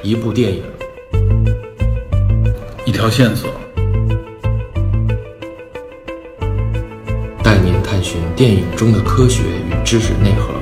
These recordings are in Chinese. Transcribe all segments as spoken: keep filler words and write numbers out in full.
一部电影， 一条线索， 带您探寻电影中的科学与知识内核。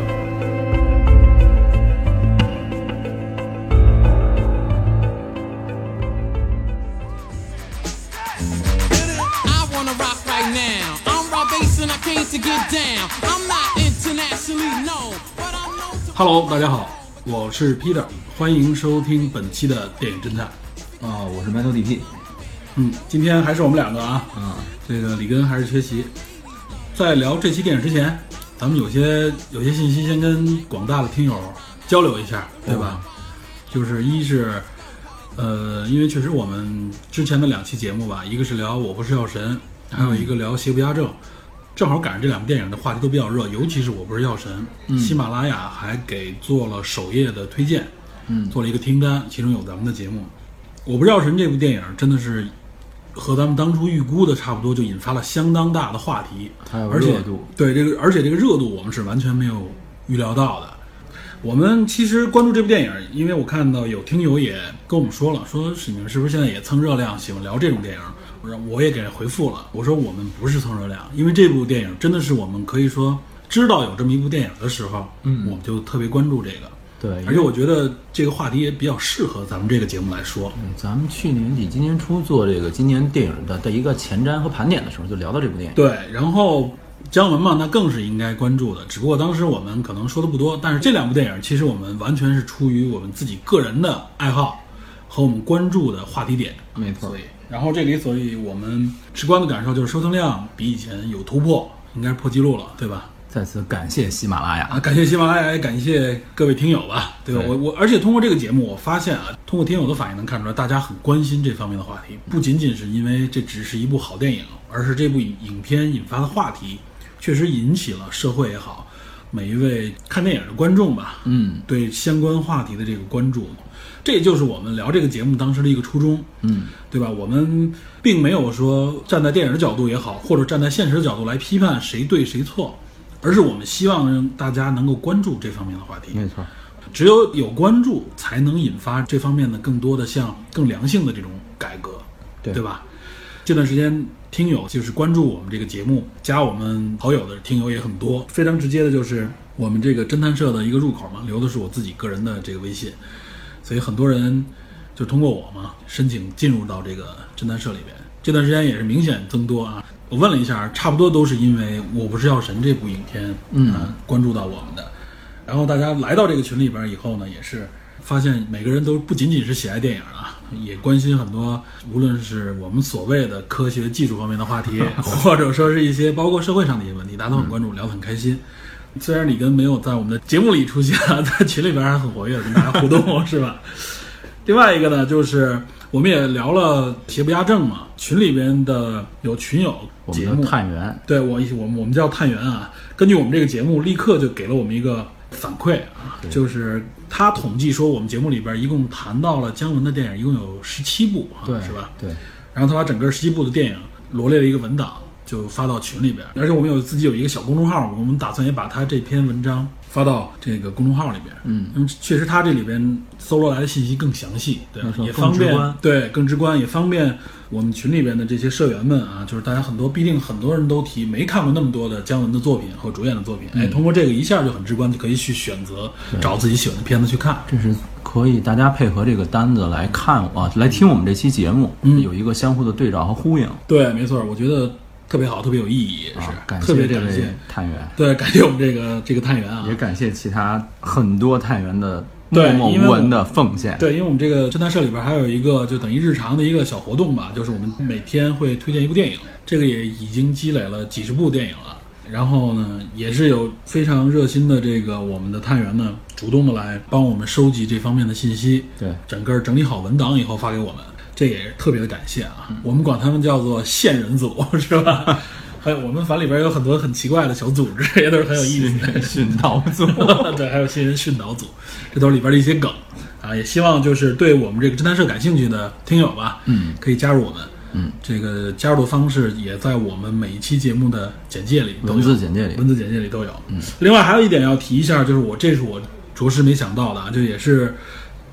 Hello， 大家好，我是 Peter， 欢迎收听本期的电影侦探。 啊、哦，我是 Metal D P。 嗯，今天还是我们两个啊。 啊、嗯， 这个里根还是缺席。在聊这期电影之前，咱们有些有些信息先跟广大的听友交流一下，对吧？嗯、就是一是，呃，因为确实我们之前的两期节目吧，一个是聊《我不是药神》，还有一个聊《邪不压正》。正好赶上这两部电影的话题都比较热，尤其是我不是药神、嗯、喜马拉雅还给做了首页的推荐， 嗯， 做了一个听单，其中有咱们的节目。我不是药神这部电影真的是和咱们当初预估的差不多，就引发了相当大的话题， 还有热度。 对这个，而且这个热度我们是完全没有预料到的。我们其实关注这部电影，因为我看到有听友也跟我们说了，说你们是不是现在也蹭热量，喜欢聊这种电影？我也给回复了，我说我们不是蹭热量，因为这部电影真的是我们可以说知道有这么一部电影的时候，嗯，我们就特别关注这个。 对， 而且我觉得这个话题也比较适合咱们这个节目来说。 嗯，咱们去年底今年初做这个今年电影的的一个前瞻和盘点的时候，就聊到这部电影。 对，然后姜文嘛，那更是应该关注的，只不过当时我们可能说的不多，但是这两部电影其实我们完全是出于我们自己个人的爱好和我们关注的话题点。 没错。 所以然后这里，所以我们直观的感受就是收听量比以前有突破，应该是破纪录了，对吧？ 再次感谢喜马拉雅啊，感谢喜马拉雅，也感谢各位听友吧，对吧？对我我而且通过这个节目，我发现啊，通过听友的反应能看出来，大家很关心这方面的话题，不仅仅是因为这只是一部好电影，而是这部影片引发的话题，确实引起了社会也好，每一位看电影的观众吧， 嗯， 对相关话题的这个关注。这也就是我们聊这个节目当时的一个初衷， 嗯， 对吧？我们并没有说站在电影的角度也好，或者站在现实的角度来批判谁对谁错，而是我们希望让大家能够关注这方面的话题。 没错， 只有有关注，才能引发这方面的更多的像更良性的这种改革， 对对吧？这段时间听友就是关注我们这个节目，加我们好友的听友也很多，非常直接的就是我们这个侦探社的一个入口嘛，留的是我自己个人的这个微信。所以很多人就通过我嘛申请进入到这个侦探社里边，这段时间也是明显增多啊。我问了一下，差不多都是因为我不是药神这部影片， 嗯、 呃，关注到我们的。然后大家来到这个群里边以后呢，也是发现每个人都不仅仅是喜爱电影啊，也关心很多，无论是我们所谓的科学技术方面的话题，或者说是一些包括社会上的一些问题，大家都很关注，聊得很开心。虽然里根没有在我们的节目里出现，在群里边还很活跃，跟大家互动是吧？另外一个呢，就是我们也聊了邪不压正嘛，群里边的有群友节目， 我们的探员， 对我我们我们叫探员啊，根据我们这个节目立刻就给了我们一个反馈啊，就是他统计说我们节目里边一共谈到了姜文的电影一共有十七部啊， 对， 是吧？ 对。 然后他把整个十七部的电影罗列了一个文档，就发到群里边，而且我们有自己有一个小公众号，我们打算也把他这篇文章发到这个公众号里边。 嗯， 因为确实他这里边搜罗来的信息更详细，对，也方便， 更直观， 对，更直观，也方便我们群里边的这些社员们啊，就是大家很多必定很多人都提没看过那么多的姜文的作品和主演的作品，嗯、哎，通过这个一下就很直观，就可以去选择找自己喜欢的片子去看。 这是可以大家配合这个单子来看啊，来听我们这期节目， 嗯， 有一个相互的对照和呼应。 对，没错，我觉得特别好，特别有意义，是、 啊、感谢特别感谢探员， 对，感谢我们这个这个探员啊， 也感谢其他很多探员的默默无闻的奉献。 对，因为我们这个侦探社里边还有一个就等于日常的一个小活动吧，就是我们每天会推荐一部电影，这个也已经积累了几十部电影了。然后呢，也是有非常热心的这个我们的探员呢，主动的来帮我们收集这方面的信息， 对， 整个整理好文档以后发给我们，这也特别的感谢啊。嗯、我们管他们叫做线人组，是吧？还有我们反里边有很多很奇怪的小组织，也都是很有意思的训导组， 对，还有新人训导组，这都是里边的一些梗啊。也希望就是对我们这个侦探社感兴趣的听友吧， 嗯， 可以加入我们。 嗯， 这个加入的方式也在我们每一期节目的简介里都有， 文字简介里， 文字简介里都有。 嗯， 另外还有一点要提一下，就是我这是我着实没想到的啊，就也是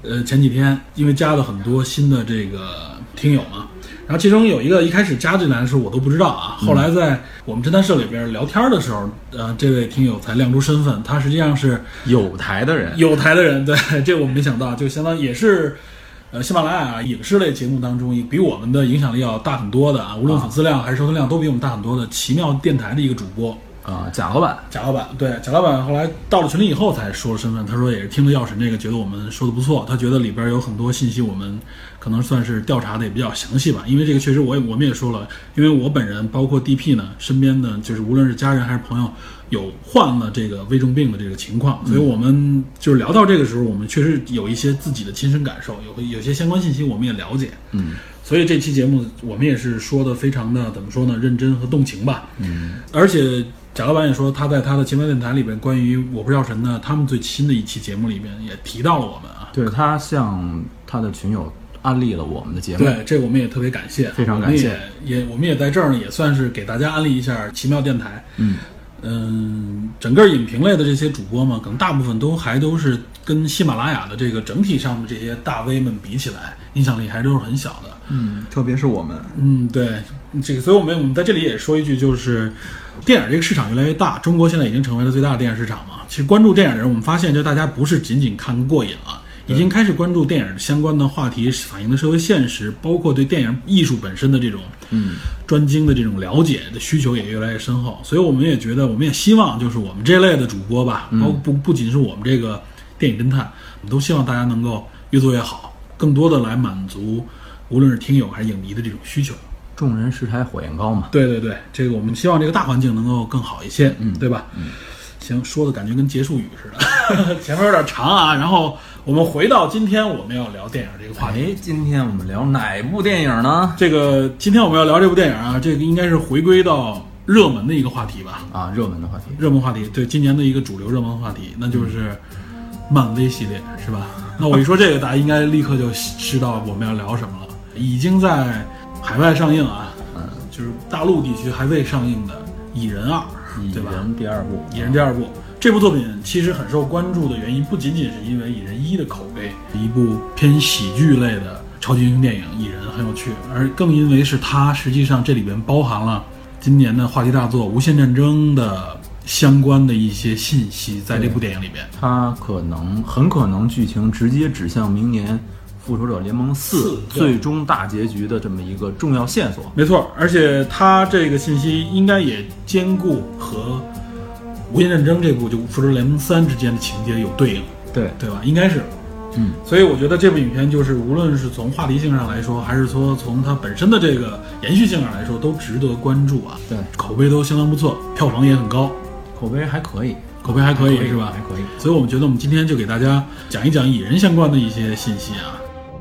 呃，前几天因为加了很多新的这个听友嘛，然后其中有一个一开始加进来的时候我都不知道啊，后来在我们侦探社里边聊天的时候，呃，这位听友才亮出身份，他实际上是有台的人， 有台的人，对，这个我们没想到，就相当于也是。呃，喜马拉雅影视类节目当中，比我们的影响力要大很多的啊，无论粉丝量还是收听量都比我们大很多的奇妙电台的一个主播啊、呃，贾老板， 贾老板，对，贾老板后来到了群里以后才说了身份，他说也是听了药神这个，觉得我们说的不错，他觉得里边有很多信息我们可能算是调查的也比较详细吧，因为这个确实我也我们也说了，因为我本人包括 D P 呢，身边的就是无论是家人还是朋友。有患了这个危重病的这个情况，所以我们就是聊到这个时候，我们确实有一些自己的亲身感受，有有些相关信息我们也了解， 嗯， 所以这期节目我们也是说的非常的怎么说呢，认真和动情吧， 嗯， 而且贾老板也说他在他的奇妙电台里边关于我不是药神呢，他们最新的一期节目里边也提到了我们啊， 对，他向他的群友安利了我们的节目， 对，这个我们也特别感谢， 非常感谢， 我们也也我们也在这儿呢，也算是给大家安利一下奇妙电台， 嗯。 嗯，整个影评类的这些主播嘛，可能大部分都还都是跟喜马拉雅的这个整体上的这些大 V 们比起来，影响力还都是很小的。 嗯，特别是我们， 嗯，对，这个，所以我们我们在这里也说一句，就是电影这个市场越来越大，中国现在已经成为了最大的电影市场嘛。其实关注电影的人，我们发现，就大家不是仅仅看个过瘾了。已经开始关注电影相关的话题，反映的社会现实，包括对电影艺术本身的这种嗯专精的这种了解的需求也越来越深厚。所以我们也觉得，我们也希望就是我们这类的主播吧，包括不不仅是我们这个电影侦探，我们都希望大家能够越做越好，更多的来满足无论是听友还是影迷的这种需求。 众人拾柴火焰高嘛。 对对对，这个我们希望这个大环境能够更好一些， 嗯， 对吧？ 嗯。 行，说的感觉跟结束语似的，前面有点长啊。然后我们回到今天我们要聊电影这个话题。 哎，今天我们聊哪部电影呢？ 这个今天我们要聊这部电影啊，这个应该是回归到热门的一个话题吧？ 啊，热门的话题， 热门话题，对，今年的一个主流热门话题，那就是漫威系列，是吧？那我一说这个，大家应该立刻就知道我们要聊什么了。已经在海外上映啊， 嗯， 就是大陆地区还未上映的《蚁人二》。对吧？ 蚁人第二部， 蚁人第二部这部作品其实很受关注的原因，不仅仅是因为蚁人一的口碑，一部偏喜剧类的超级英雄电影，蚁人很有趣，而更因为是它实际上这里边包含了今年的话题大作《无限战争》的相关的一些信息，在这部电影里边， 它可能很可能剧情直接指向明年复仇者联盟四最终大结局的这么一个重要线索。 没错，而且它这个信息应该也兼顾和无限战争这部就复仇者联盟三之间的情节有对应， 对对吧？应该是， 嗯， 所以我觉得这部影片就是无论是从话题性上来说，还是说从它本身的这个延续性上来说，都值得关注啊。 对， 口碑都相当不错，票房也很高， 口碑还可以。 口碑还可以， 可以是吧？ 还可以， 所以我们觉得我们今天就给大家讲一讲蚁人相关的一些信息啊。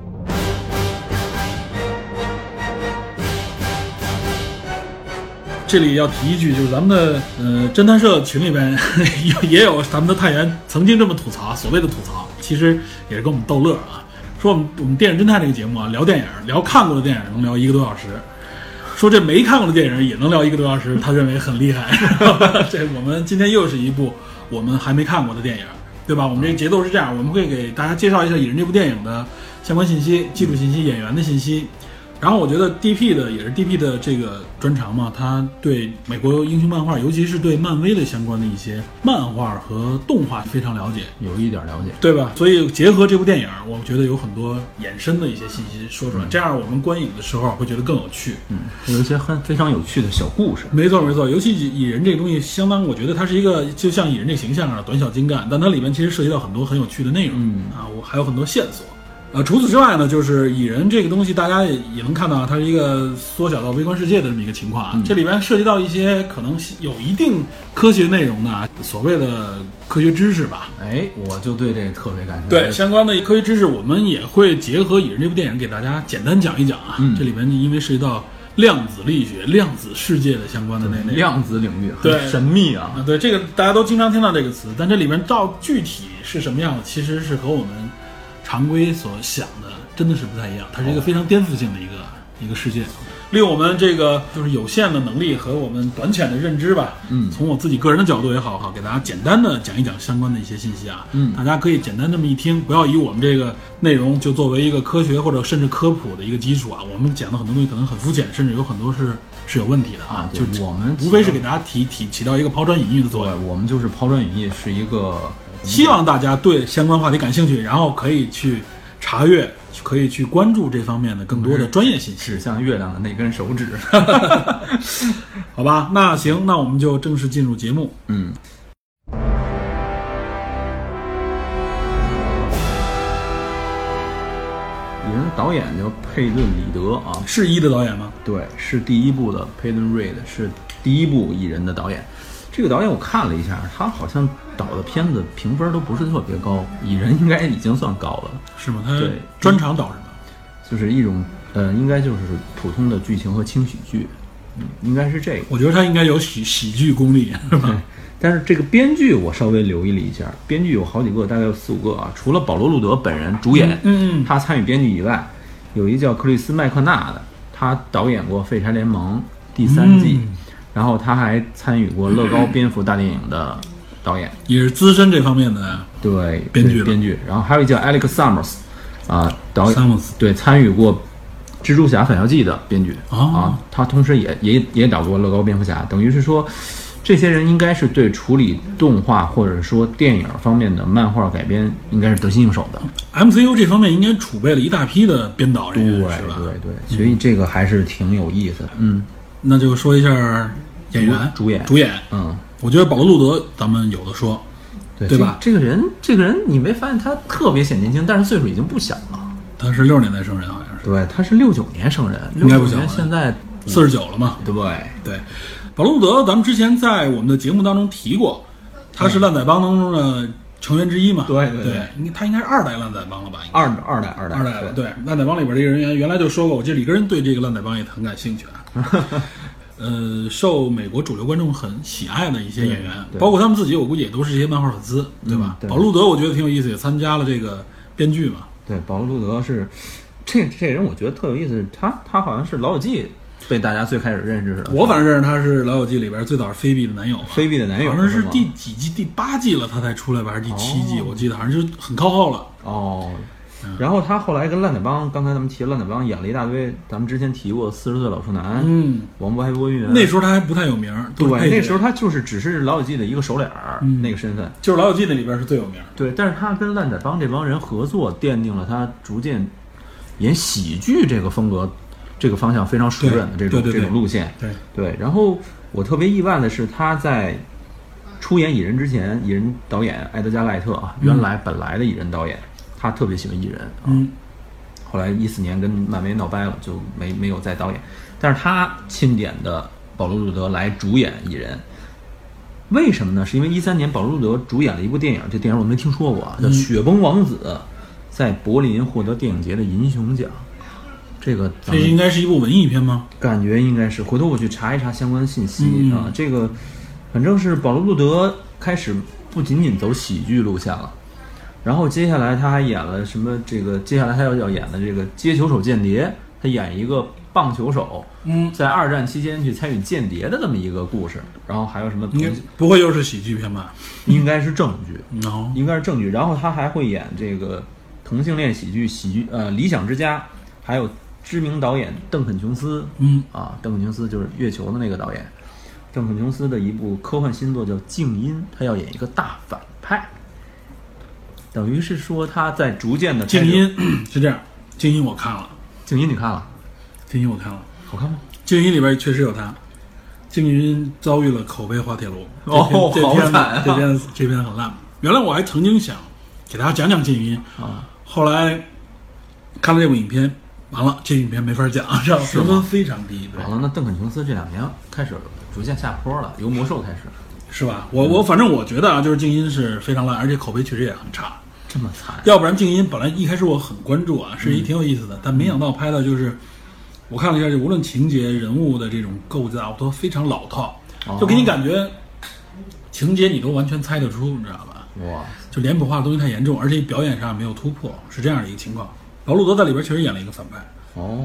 这里要提一句，就是咱们的呃侦探社群里边也有咱们的探员曾经这么吐槽，所谓的吐槽，其实也是跟我们逗乐啊。说我们我们电影侦探这个节目啊，聊电影，聊看过的电影能聊一个多小时。说这没看过的电影也能聊一个多小时，他认为很厉害。这我们今天又是一部我们还没看过的电影，对吧？我们这个节奏是这样，我们会给大家介绍一下《蚁人》这部电影的相关信息、技术信息、演员的信息。然后我觉得 D P 的也是 D P 的这个专长嘛，他对美国英雄漫画，尤其是对漫威的相关的一些漫画和动画非常了解， 有一点了解， 对吧？所以结合这部电影，我觉得有很多衍生的一些信息说出来，嗯、这样我们观影的时候会觉得更有趣。 嗯，有一些很非常有趣的小故事。 没错没错，尤其蚁人这个东西，相当我觉得它是一个就像蚁人这个形象啊，短小精干，但它里面其实涉及到很多很有趣的内容、 嗯、 啊，我还有很多线索。呃，除此之外呢，就是蚁人这个东西，大家也也能看到，它是一个缩小到微观世界的这么一个情况啊。嗯、这里边涉及到一些可能有一定科学内容的所谓的科学知识吧。 哎，我就对这个特别感兴趣。 对相关的科学知识，我们也会结合蚁人这部电影给大家简单讲一讲啊。嗯、这里边因为涉及到量子力学、量子世界的相关的那类量子领域， 对， 很神秘啊。 对，这个大家都经常听到这个词，但这里面到具体是什么样的，其实是和我们常规所想的真的是不太一样，它是一个非常颠覆性的一个、哦、一个世界。 利用我们这个就是有限的能力和我们短浅的认知吧， 嗯， 从我自己个人的角度也好好，给大家简单的讲一讲相关的一些信息啊， 嗯， 大家可以简单这么一听，不要以我们这个内容就作为一个科学或者甚至科普的一个基础啊，我们讲的很多东西可能很肤浅，甚至有很多是是有问题的啊， 就我们无非是给大家提提起到一个抛砖引玉的作用， 对，我们就是抛砖引玉，是一个希望大家对相关话题感兴趣，然后可以去查阅。可以去关注这方面的更多的专业信息。 指向月亮的那根手指， 好吧？那行，那我们就正式进入节目。 嗯，蚁人的导演叫佩顿·里德啊， 是一的导演吗？ 对，是第一部的 Peyton Reed 是第一部蚁人的导演。这个导演我看了一下，他好像导的片子评分都不是特别高，蚁人应该已经算高了， 是吗？他对专场导什么？ 就是一种呃，应该就是普通的剧情和轻喜剧，嗯，应该是这个。 我觉得他应该有喜喜剧功力，是吧？ 但是这个编剧我稍微留意了一下，编剧有好几个，大概有四五个啊。除了保罗·路德本人主演， 嗯嗯， 他参与编剧以外，有一叫克里斯·麦克纳的，他导演过《废柴联盟》第三季， 嗯、 然后他还参与过乐高蝙蝠大电影的导演， 也是资深这方面的对编剧编剧。然后还有一叫 Alex Summers 啊，导演 Summers 对参与过蜘蛛侠返校记的编剧、 哦、 啊，他同时也也也导过乐高蝙蝠侠，等于是说。这些人应该是对处理动画或者说电影方面的漫画改编应该是得心应手的。 M C U 这方面应该储备了一大批的编导人员， 对是吧？ 对对，所以这个还是挺有意思的。嗯， 那就说一下演员、 主演、 主演。 嗯， 我觉得保罗·路德咱们有的说， 对对吧？ 这个人，这个人你没发现他特别显年轻，但是岁数已经不小了。 他是六十年代生人，好像是。 对，他是六九年生人， 应该不小了。 现在四十九了嘛？ 对对。保罗·路德，咱们之前在我们的节目当中提过，他是烂仔帮当中的成员之一嘛？ 对对对，应该他应该是二代烂仔帮了吧？ 二二代二代二代了。对，烂仔帮里边这个人员原来就说过，我记得里根人对这个烂仔帮也很感兴趣啊。呃，受美国主流观众很喜爱的一些演员，包括他们自己，我估计也都是这些漫画粉丝，对吧？ 嗯、对保罗·路德我觉得挺有意思，也参加了这个编剧嘛。 对，保罗·路德是这这人，我觉得特有意思，他他好像是老友记。被大家最开始认识的， 我反正认识他是《老友记》里边最早是菲比的男友， 菲比的男友好像是第几季，第八季了他才出来吧，还是第七季？哦、我记得好像就很靠后了。 哦，嗯、然后他后来跟烂仔帮，刚才咱们提烂仔帮演了一大堆，咱们之前提过《四十岁老处男》， 嗯， 王八还拨云， 那时候他还不太有名， 对，那时候他就是只是《老友记》的一个手脸、嗯、那个身份， 就是《老友记》那里边是最有名。 对，但是他跟烂仔帮这帮人合作，奠定了他逐渐演喜剧这个风格。这个方向非常熟稔的这种对对对对这种路线， 对对。然后我特别意外的是，他在出演蚁人之前，蚁人导演埃德加·赖特啊，原来本来的蚁人导演，他特别喜欢蚁人啊。 嗯。 后来一四年跟漫威闹掰了，就没没有再导演。但是他钦点的保罗·路德来主演蚁人，为什么呢？是因为一三年保罗·路德主演了一部电影，这电影我没听说过，叫《雪崩王子》，在柏林获得电影节的银熊奖。这个这应该是一部文艺片吗？ 感觉应该是，回头我去查一查相关信息、 嗯、 啊。这个反正是保罗·路德开始不仅仅走喜剧路线了，然后接下来他还演了什么？这个接下来他要要演的这个接球手间谍，他演一个棒球手， 嗯， 在二战期间去参与间谍的这么一个故事。然后还有什么？ 不会又是喜剧片吧？ 应该是正剧， no. 应该是正剧。然后他还会演这个同性恋喜剧喜剧呃《理想之家》，还有。知名导演邓肯·琼斯， 嗯啊，邓肯·琼斯就是月球的那个导演。邓肯·琼斯的一部科幻新作叫《静音》，他要演一个大反派，等于是说他在逐渐的。 静音是这样，静音我看了， 静音你看了？ 静音我看了， 好看吗？ 静音里边确实有他。静音遭遇了口碑滑铁卢， 哦，好惨啊！ 这片这片很烂。原来我还曾经想给大家讲讲静音啊， 后来看了这部影片。完了，这影片没法讲，这评分非常低。 完了，那邓肯·琼斯这两年开始逐渐下坡了，由魔兽开始， 是吧？我我反正我觉得啊，就是静音是非常烂，而且口碑确实也很差。 这么惨？ 要不然静音本来一开始我很关注啊，是一挺有意思的，嗯、但没想到拍的就是，我看了一下，就无论情节、人物的这种构造都非常老套， 哦、 就给你感觉情节你都完全猜得出，你知道吧？ 哇， 就脸谱化的东西太严重，而且表演上没有突破，是这样的一个情况。保罗·路德在里边确实演了一个反派哦，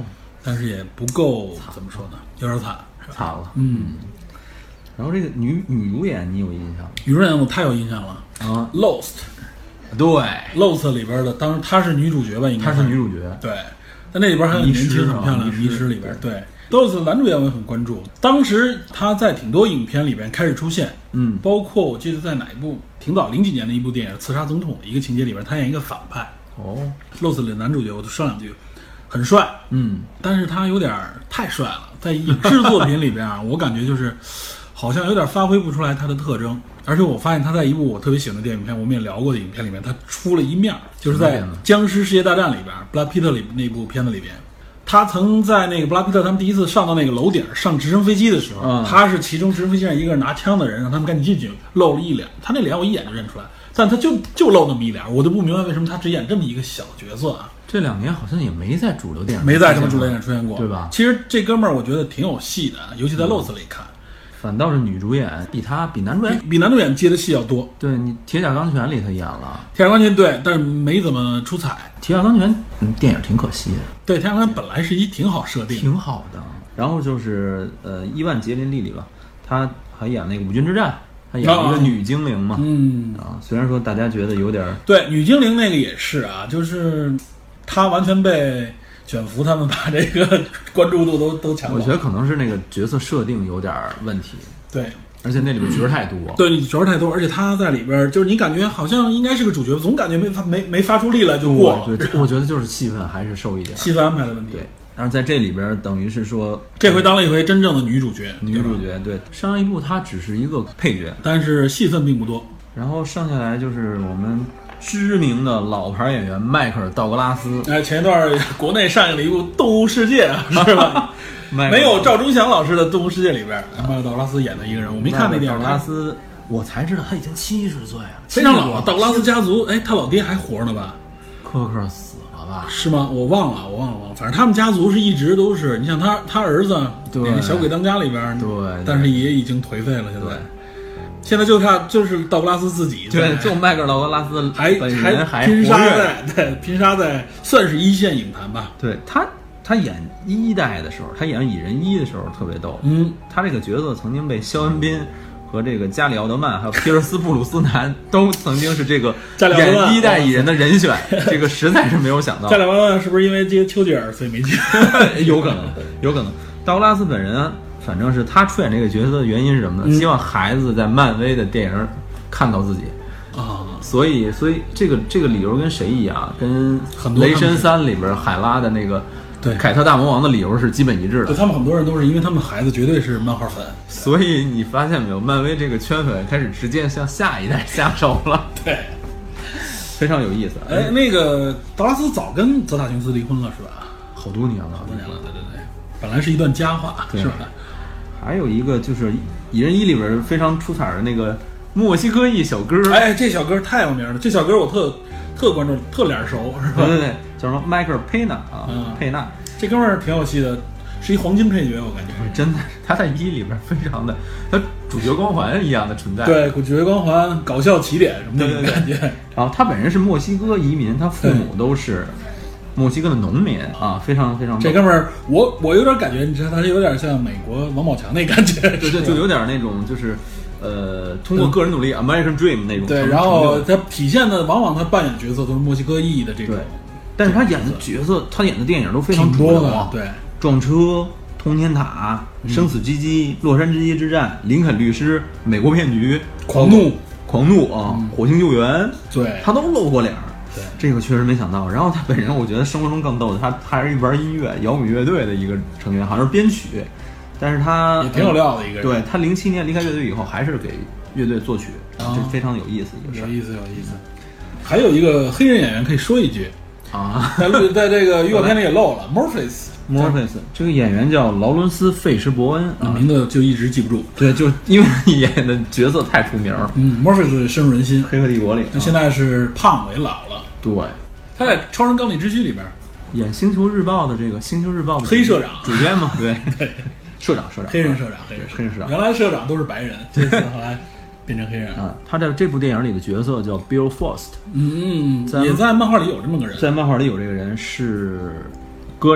但是也不够怎么说呢，有点惨，是吧？ 惨了。 嗯， 然后这个女女主演你有印象吗？ 女主演我太有印象了啊 ，Lost， 对 ，Lost 里边的，当然她是女主角吧，应该她是女主角。 对，在那里边还有年轻很漂亮，迷失里边对。Lost 男主演我也很关注，当时他在挺多影片里边开始出现， 嗯， 包括我记得在哪一部挺早零几年的一部电影《刺杀总统》的一个情节里边，他演一个反派。 哦 ，Lost 里的男主角我就说两句，很帅， 嗯， 但是他有点太帅了，在影视作品里边啊，我感觉就是好像有点发挥不出来他的特征。而且我发现他在一部我特别喜欢的电影片，我们也聊过的影片里面，他出了一面，就是在《僵尸世界大战》里边，布拉皮特里那部片子里边。他曾在那个布拉皮特他们第一次上到那个楼顶上直升飞机的时候，嗯、他是其中直升飞机上一个人拿枪的人，让他们赶紧进去，露了一脸，他那脸我一眼就认出来，但他就就露那么一脸，我都不明白为什么他只演这么一个小角色啊。 这两年好像也没在主流电影没在什么主流电影出现过， 对吧？ 其实这哥们儿我觉得挺有戏的，尤其在 Lost 里看。嗯， 反倒是女主演比他比男主演比比男主演接的戏要多。 对，你《铁甲钢拳》里他演了， 《铁甲钢拳》对，但是没怎么出彩。《 铁甲钢拳》嗯，电影挺可惜的。 对，《铁甲钢拳》本来是一挺好设定， 挺好的。然后就是呃，伊万杰林莉莉吧，她还演那个《五军之战》，她演了一个女精灵嘛。 嗯啊，虽然说大家觉得有点对女精灵那个也是啊，就是她完全被卷福他们把这个关注度都都抢走。 我觉得可能是那个角色设定有点问题。 对， 而且那里边角色太多。 对，角色太多，而且他在里边就是你感觉好像应该是个主角，总感觉没发没没发出力来就过了。 对，对我觉得就是戏份还是受一点， 戏份安排的问题。 对，但是在这里边等于是说， 这回当了一回真正的女主角。 女主角对，上一部她只是一个配角， 但是戏份并不多。 然后剩下来就是我们知名的老牌演员迈克尔·道格拉斯。 哎，前一段国内上映了一部《动物世界》，是吧？没有赵忠祥老师的《动物世界》里边，迈克尔·道格拉斯演的一个人，我没看那电影。 道格拉斯，我才知道他已经七十岁了， 非常老了。道格拉斯家族，哎，他老爹还活着呢吧？ 科克死了吧？ 是吗？我忘了，我忘了，忘了。反正他们家族是一直都是，你像他他儿子， 对， 《小鬼当家》里边， 对， 但是也已经颓废了，现在。现在就看就是道格拉斯自己， 对，就迈克尔·道格拉斯还还还拼杀在对拼杀在算是一线影坛吧。 对他，他演一代的时候，他演蚁人一的时候特别逗。 嗯， 他这个角色曾经被肖恩宾和这个加里奥德曼还有皮尔斯布鲁斯南都曾经是这个演一代蚁人的人选，这个实在是没有想到。 加里奥德曼是不是因为接丘吉尔所以没接？ 有可能，有可能。道格拉斯本人。反正是他出演这个角色的原因是什么呢？嗯、希望孩子在漫威的电影看到自己啊， 所以所以这个这个理由跟谁一样？跟《雷神三》里边海拉的那个对凯特大魔王的理由是基本一致的。 对，他们很多人都是因为他们孩子绝对是漫画粉， 所以你发现没有，漫威这个圈粉开始直接向下一代下手了。 对， 非常有意思。 哎，那个道拉斯早跟泽塔琼斯离婚了是吧？ 好多年了， 好多年了，对对对，本来是一段佳话，是吧？ 还有一个就是《蚁人一》里边非常出彩的那个墨西哥裔小哥， 哎，这小哥太有名了，这小哥我特特关注，特脸熟，是吧？ 对对对，叫什么迈克尔·佩纳啊， 嗯、 佩纳， 这哥们儿挺有戏的，是一黄金配角，我感觉。 真的，他在一里边非常的，他主角光环一样的存在。 对，主角光环、搞笑起点什么的感觉。 然后他本人是墨西哥移民，他父母都是墨西哥的农民啊，非常非常。 这哥们儿，我我有点感觉，你知道，他有点像美国王宝强那感觉， 对对，就有点那种就是，呃，通过个人努力、嗯、，American Dream 那种。 对，然后他体现的往往他扮演角色都是墨西哥裔的这种。 对，但是他演的角色，他演的电影都非常主流的，对， 撞车、通天塔、生死机机、洛杉矶之战、林肯律师、美国骗局、 狂怒、 狂怒啊、嗯、火星救援， 对， 他都露过脸。 对， 这个确实没想到。然后他本人，我觉得生活中更逗的，他他还是一玩音乐摇滚乐队的一个成员，好像是编曲，但是他也挺有料的一个人。 对，他零七年离开乐队以后，还是给乐队作曲， 啊、 这非常有意思一个事。 有意思，有意思。还有一个黑人演员可以说一句啊， 在在这个预告片里也漏了 ，Morpheus。 Morpheus 这个演员叫劳伦斯·费什伯恩， 啊，名字就一直记不住。 对，就因为演的角色太出名了。 嗯 ，Morpheus 深入人心，《 黑客帝国》里， 那现在是胖为老了。 对， 他在《超人钢铁之躯》里边演《星球日报》的这个《星球日报》的黑社长主编嘛，对， 对， 社长社长， 黑人社长，黑人黑人社长。 原来社长都是白人，这次后来变成黑人啊。他在这部电影里的角色叫 Bill Faust， 嗯嗯，也在漫画里有这么个人， 在漫画里有这个人是哥利亚，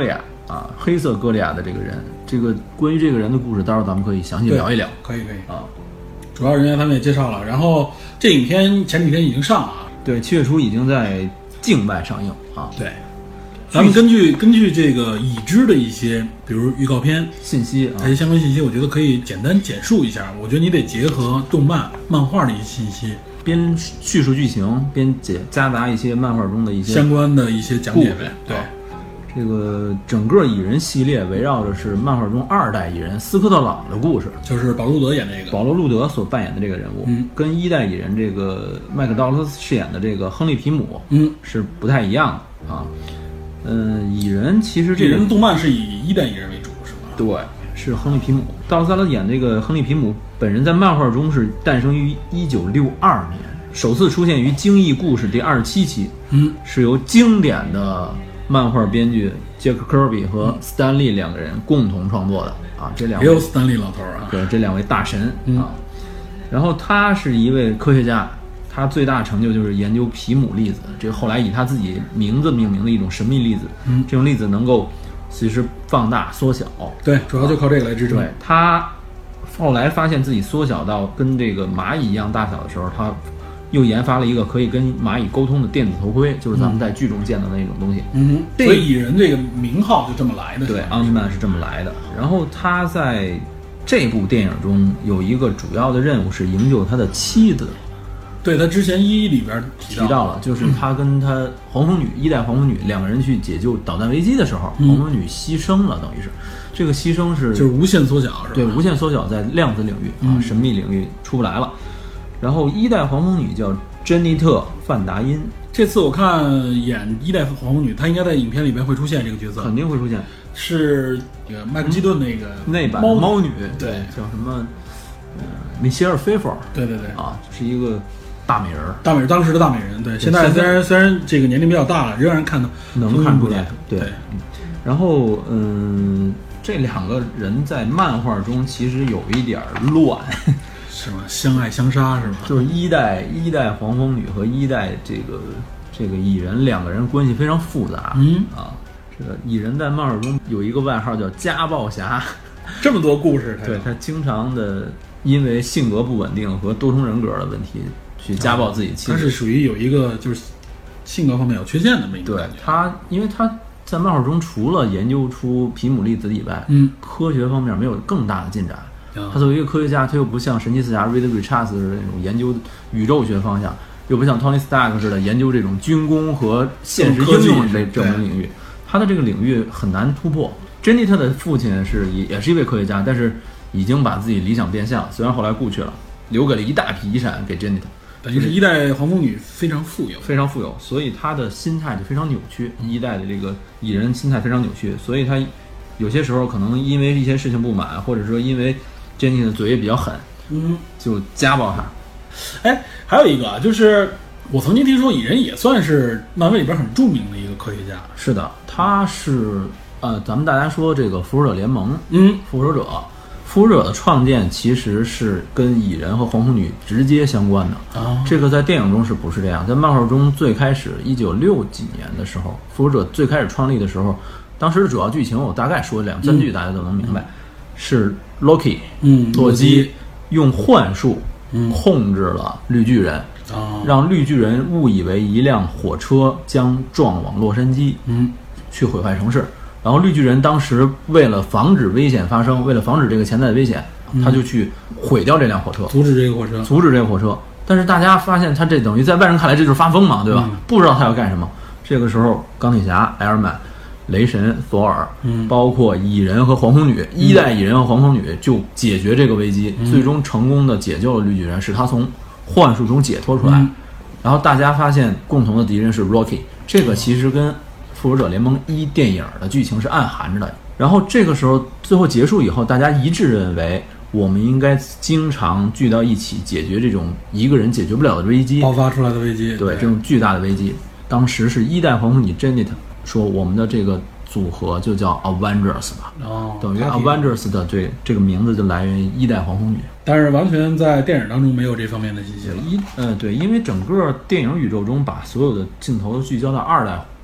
啊，黑色哥利亚的这个人，这个关于这个人的故事，到时候咱们可以详细聊一聊。 可以可以啊， 主要人员方面也介绍了，然后这影片前几天已经上了啊， 对，七月初已经在境外上映啊。 对，咱们根据根据这个已知的一些，比如预告片信息啊， 这些相关信息，我觉得可以简单简述一下。我觉得你得结合动漫、漫画的一些信息， 边叙述剧情，边解夹杂一些漫画中的一些相关的一些讲解呗。对。 这个整个蚁人系列围绕着是漫画中二代蚁人斯科特朗的故事， 就是保罗·路德演这个， 保罗·路德所扮演的这个人物， 嗯， 跟一代蚁人这个麦克道格斯饰演的这个亨利·皮姆， 嗯， 是不太一样的啊。嗯，蚁人其实这蚁人动漫是以一代蚁人为主，是吧？ 对，是亨利·皮姆。道格斯演这个亨利·皮姆本人在漫画中是诞生于一九六二年，首次出现于《惊异故事》第二十七期， 嗯，是由经典的漫画编剧杰克·科比和斯丹利两个人共同创作的啊，这两位也有斯丹利老头啊， 对，这两位大神、 嗯、 啊。然后他是一位科学家，他最大成就就是研究皮姆粒子，这后来以他自己名字命名的一种神秘粒子。 嗯， 这种粒子能够随时放大、缩小。 对，主要就靠这个来支撑。 对，他后来发现自己缩小到跟这个蚂蚁一样大小的时候，他又研发了一个可以跟蚂蚁沟通的电子头盔，就是咱们在剧中见到的那种东西。 嗯，所以蚁人这个名号就这么来的。 对，奥特曼是这么来的。然后他在这部电影中有一个主要的任务是营救他的妻子。 对，他之前一里边提到提到了，就是他跟他黄蜂女、嗯、一代黄蜂女两个人去解救导弹危机的时候， 嗯、 黄蜂女牺牲了，等于是这个牺牲是就是无限缩小，是吧？ 对，无限缩小在量子领域、 嗯、 啊，神秘领域出不来了。然后一代黄蜂女叫珍妮特·范达因， 这次我看演一代黄蜂女，她应该在影片里边会出现这个角色， 肯定会出现， 是那个麦克基顿那个、 嗯、那版猫猫女， 对， 叫什么？呃，米歇尔·菲佛， 对对对， 啊，是一个大美人， 大美人，当时的大美人，对，现在虽然虽然这个年龄比较大了，仍然看到能看出来，对。 对然后，嗯，这两个人在漫画中其实有一点乱。 是吗？相爱相杀是吗？ 就是一代一代黄蜂女和一代这个这个蚁人两个人关系非常复杂。 嗯啊，这个蚁人在漫画中有一个外号叫家暴侠， 这么多故事， 对他经常的因为性格不稳定和多重人格的问题去家暴自己妻子。 他是属于有一个就是性格方面有缺陷的那么一个对感觉。 他，因为他在漫画中除了研究出皮姆粒子以外， 嗯， 科学方面没有更大的进展。他作为一个科学家，他又不像神奇四侠 Reed Richards 似的那种研究宇宙学方向，又不像 Tony Stark 似的研究这种军工和现实应用这这种领域。他的这个领域很难突破。珍妮特的父亲是也也是一位科学家，但是已经把自己理想变现了，虽然后来故去了，留给了一大批遗产给珍妮特。 等于是一代黄蜂女非常富有， 非常富有，所以他的心态就非常扭曲。一代的这个蚁人心态非常扭曲，所以他有些时候可能因为一些事情不满，或者说因为珍妮的嘴也比较狠， 嗯， 就家暴他。 哎，还有一个啊，就是我曾经听说蚁人也算是漫威里边很著名的一个科学家。 是的，他是呃，咱们大家说这个复仇者联盟， 嗯， 复仇者，复仇者的创建其实是跟蚁人和黄蜂女直接相关的。 啊， 这个在电影中是不是这样？在漫画中最开始一九六几年的时候，复仇者最开始创立的时候，当时的主要剧情我大概说两三句，大家都能明白。嗯是 Loki， 嗯， 洛基用幻术控制了绿巨人， 嗯、 让绿巨人误以为一辆火车将撞往洛杉矶， 嗯， 去毁坏城市。然后绿巨人当时为了防止危险发生，为了防止这个潜在的危险， 嗯、 他就去毁掉这辆火车， 阻止这个火车， 阻止这个火车。但是大家发现他这等于在外人看来这就是发疯嘛，对吧？ 嗯、 不知道他要干什么。这个时候，钢铁侠、艾尔曼、雷神、索尔， 嗯， 包括蚁人和黄蜂女，嗯、一代蚁人和黄蜂女就解决这个危机， 嗯、 最终成功的解救了绿巨人，使他从幻术中解脱出来。嗯、然后大家发现共同的敌人是 Rocky， 这个其实跟复仇者联盟一电影的剧情是暗含着的。然后这个时候最后结束以后，大家一致认为我们应该经常聚到一起解决这种一个人解决不了的危机， 爆发出来的危机， 对，这种巨大的危机。当时是一代黄蜂女 Janet 说我们的这个组合就叫 Avengers 吧， 哦， 等于 Avengers 的这这个名字就来源于一代黄蜂女， 但是完全在电影当中没有这方面的信息了。 一呃对，因为整个电影宇宙中把所有的镜头都聚焦到二代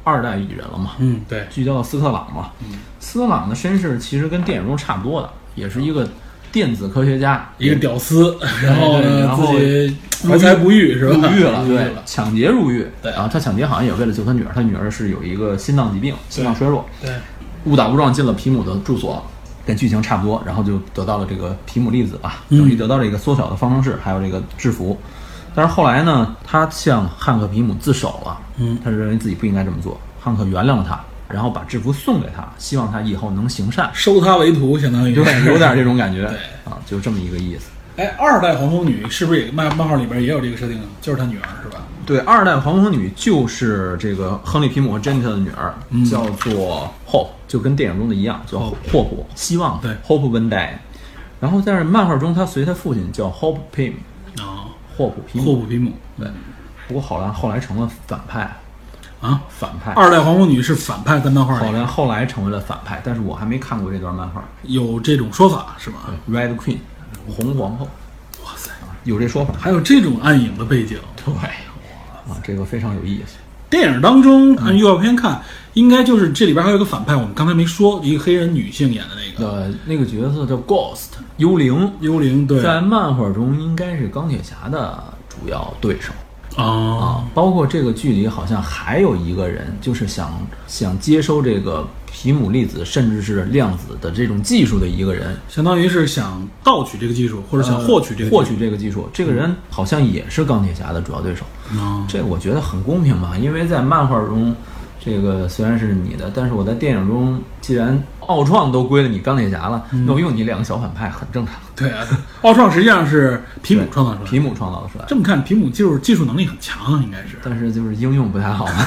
二代蚁人了嘛， 嗯，对， 聚焦到斯特朗嘛。嗯，斯特朗的身世其实跟电影中差不多的，也是一个电子科学家， 一个屌丝，然后呢， 然后自己怀才不遇是吧？ 入狱了， 入狱对，抢劫入狱。 对， 然后他抢劫好像也是为了救他女儿，他女儿是有一个心脏疾病，心脏衰弱。 对， 误打误撞进了皮姆的住所，跟剧情差不多，然后就得到了这个皮姆粒子吧， 嗯等于得到这个缩小的方程式，还有这个制服。但是后来呢，他向汉克皮姆自首了， 嗯， 他认为自己不应该这么做，汉克原谅了他，然后把制服送给他，希望他以后能行善， 收他为徒，相当于对，有点这种感觉， 对啊，就这么一个意思。 哎，二代黄蜂女是不是也漫漫画里边也有这个设定啊？就是他女儿是吧？ 对，二代黄蜂女就是这个亨利皮姆和珍妮特的女儿， 嗯、 叫做 Hope， 就跟电影中的一样，叫霍普，希望， 对 ，Hope Van Dyne。然后在漫画中，他随他父亲叫 Hope Pym， 啊， 霍普皮姆， 霍普皮姆， 对。不过后来后来成了反派， 啊， 反派。 二代黄蜂女是反派，在漫画里。 后来后来成为了反派，但是我还没看过这段漫画。 有这种说法是吗 ？Red Queen， 红皇后。 哇塞， 有这说法， 还有这种暗影的背景。 对，啊，这个非常有意思。 电影当中按预告片看，嗯、应该就是这里边还有一个反派，我们刚才没说，一个黑人女性演的那个。 呃，那个角色叫 Ghost， 幽灵。 幽灵，对， 在漫画中应该是钢铁侠的主要对手。 哦、 啊，包括这个剧里好像还有一个人，就是想想接收这个皮姆粒子甚至是量子的这种技术的一个人， 相当于是想盗取这个技术，或者想获取这个、 呃、获取这个技术。这个人好像也是钢铁侠的主要对手。 嗯， 这我觉得很公平吧，因为在漫画中，这个虽然是你的，但是我在电影中，既然奥创都归了你钢铁侠了，那我、嗯、用你两个小反派很正常。 对啊，奥创实际上是皮姆创造出来的， 皮姆创造出来。 这么看，皮姆技术技术能力很强，应该是， 但是就是应用不太好。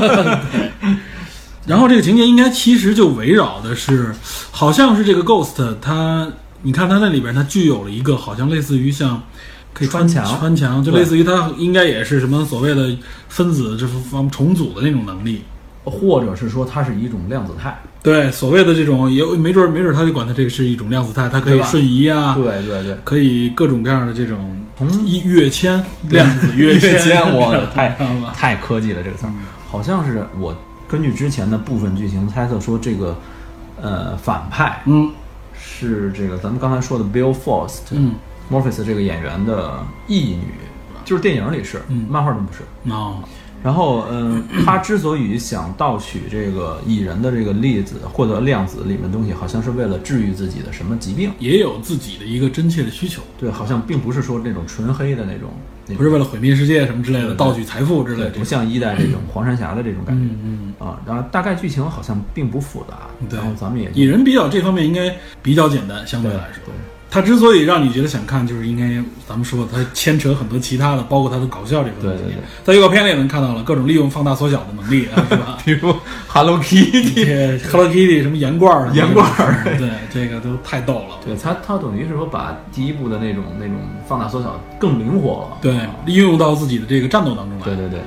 然后这个情节应该其实就围绕的是，好像是这个 Ghost， 他，你看他那里边，他具有了一个好像类似于像可以穿墙， 穿墙，就类似于他应该也是什么所谓的分子这方重组的那种能力。 或者是说它是一种量子态， 对，所谓的这种也没准没准他就管它这个是一种量子态，它可以瞬移啊， 对对对， 可以各种各样的这种一跃迁，量子跃迁，我太太科技了这个词儿，好像是我根据之前的部分剧情猜测说这个呃反派嗯是这个咱们刚才说的 Bill Faust 嗯 Morpheus 这个演员的义女，就是电影里是， 嗯， 漫画中不是哦。 然后，嗯，他之所以想盗取这个蚁人的这个粒子，获得量子里面的东西，好像是为了治愈自己的什么疾病， 也有自己的一个真切的需求。 对，好像并不是说那种纯黑的那种， 不是为了毁灭世界什么之类的，盗取财富之类的， 不像一代这种黄山侠的这种感觉。 嗯嗯啊，然后大概剧情好像并不复杂。 对， 然后咱们也蚁人比较这方面应该比较简单，相对来说。 对。 他之所以让你觉得想看，就是应该咱们说他牵扯很多其他的，包括他的搞笑这个东西。 对对对， 在预告片里也能看到了各种利用放大缩小的能力，是吧？ 比如 Hello Kitty、Hello Kitty 什么盐罐、 盐罐， 对，这个都太逗了。 对，它它等于是说把第一部的那种那种放大缩小更灵活了， 对，应用到自己的这个战斗当中来。 对对对。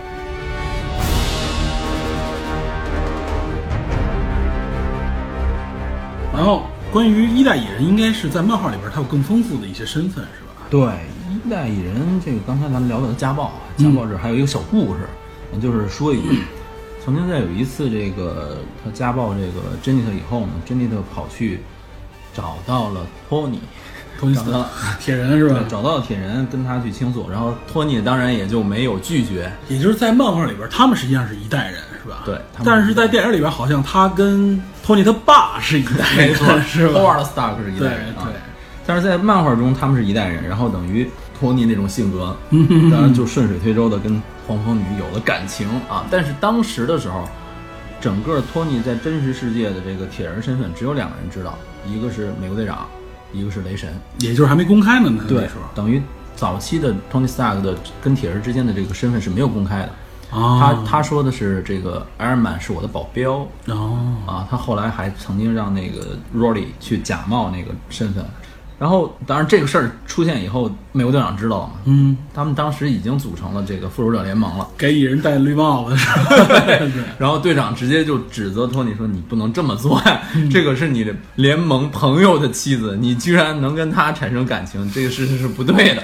然后。关于一代蚁人，应该是在漫画里边，它有更丰富的一些身份，是吧？ 对，一代蚁人这个刚才咱们聊到的家暴，家暴这还有一个小故事，嗯、就是说一句，曾经在有一次这个他家暴这个珍妮特以后呢，珍妮特跑去找到了托尼， 托尼找到了铁人是吧？ 找到了铁人，跟他去倾诉，然后托尼当然也就没有拒绝。 也就是在漫画里边，他们实际上是一代人，是吧？ 对， 但是在电影里边，好像他跟托尼他爸是一代人， 没错， 是吧 ？Howard Stark 是一代人， 对对。 但是在漫画中，他们是一代人，然后等于托尼那种性格， 嗯、 当然就顺水推舟的跟黄蜂女有了感情啊。但是当时的时候，整个托尼在真实世界的这个铁人身份只有两个人知道，一个是美国队长，一个是雷神， 也就是还没公开呢。 对，等于早期的 Tony Stark 的跟铁人之间的这个身份是没有公开的。 哦、 他他说的是这个 Iron Man 是我的保镖。 哦啊，他后来还曾经让那个 Rolly 去假冒那个身份。然后，当然这个事儿出现以后，美国队长知道了嘛？ 嗯， 他们当时已经组成了这个复仇者联盟了， 给蚁人戴绿帽子是吧？ 对。然后队长直接就指责托尼说：“你不能这么做呀，嗯、这个是你的联盟朋友的妻子，你居然能跟他产生感情，这个事情是不对的。”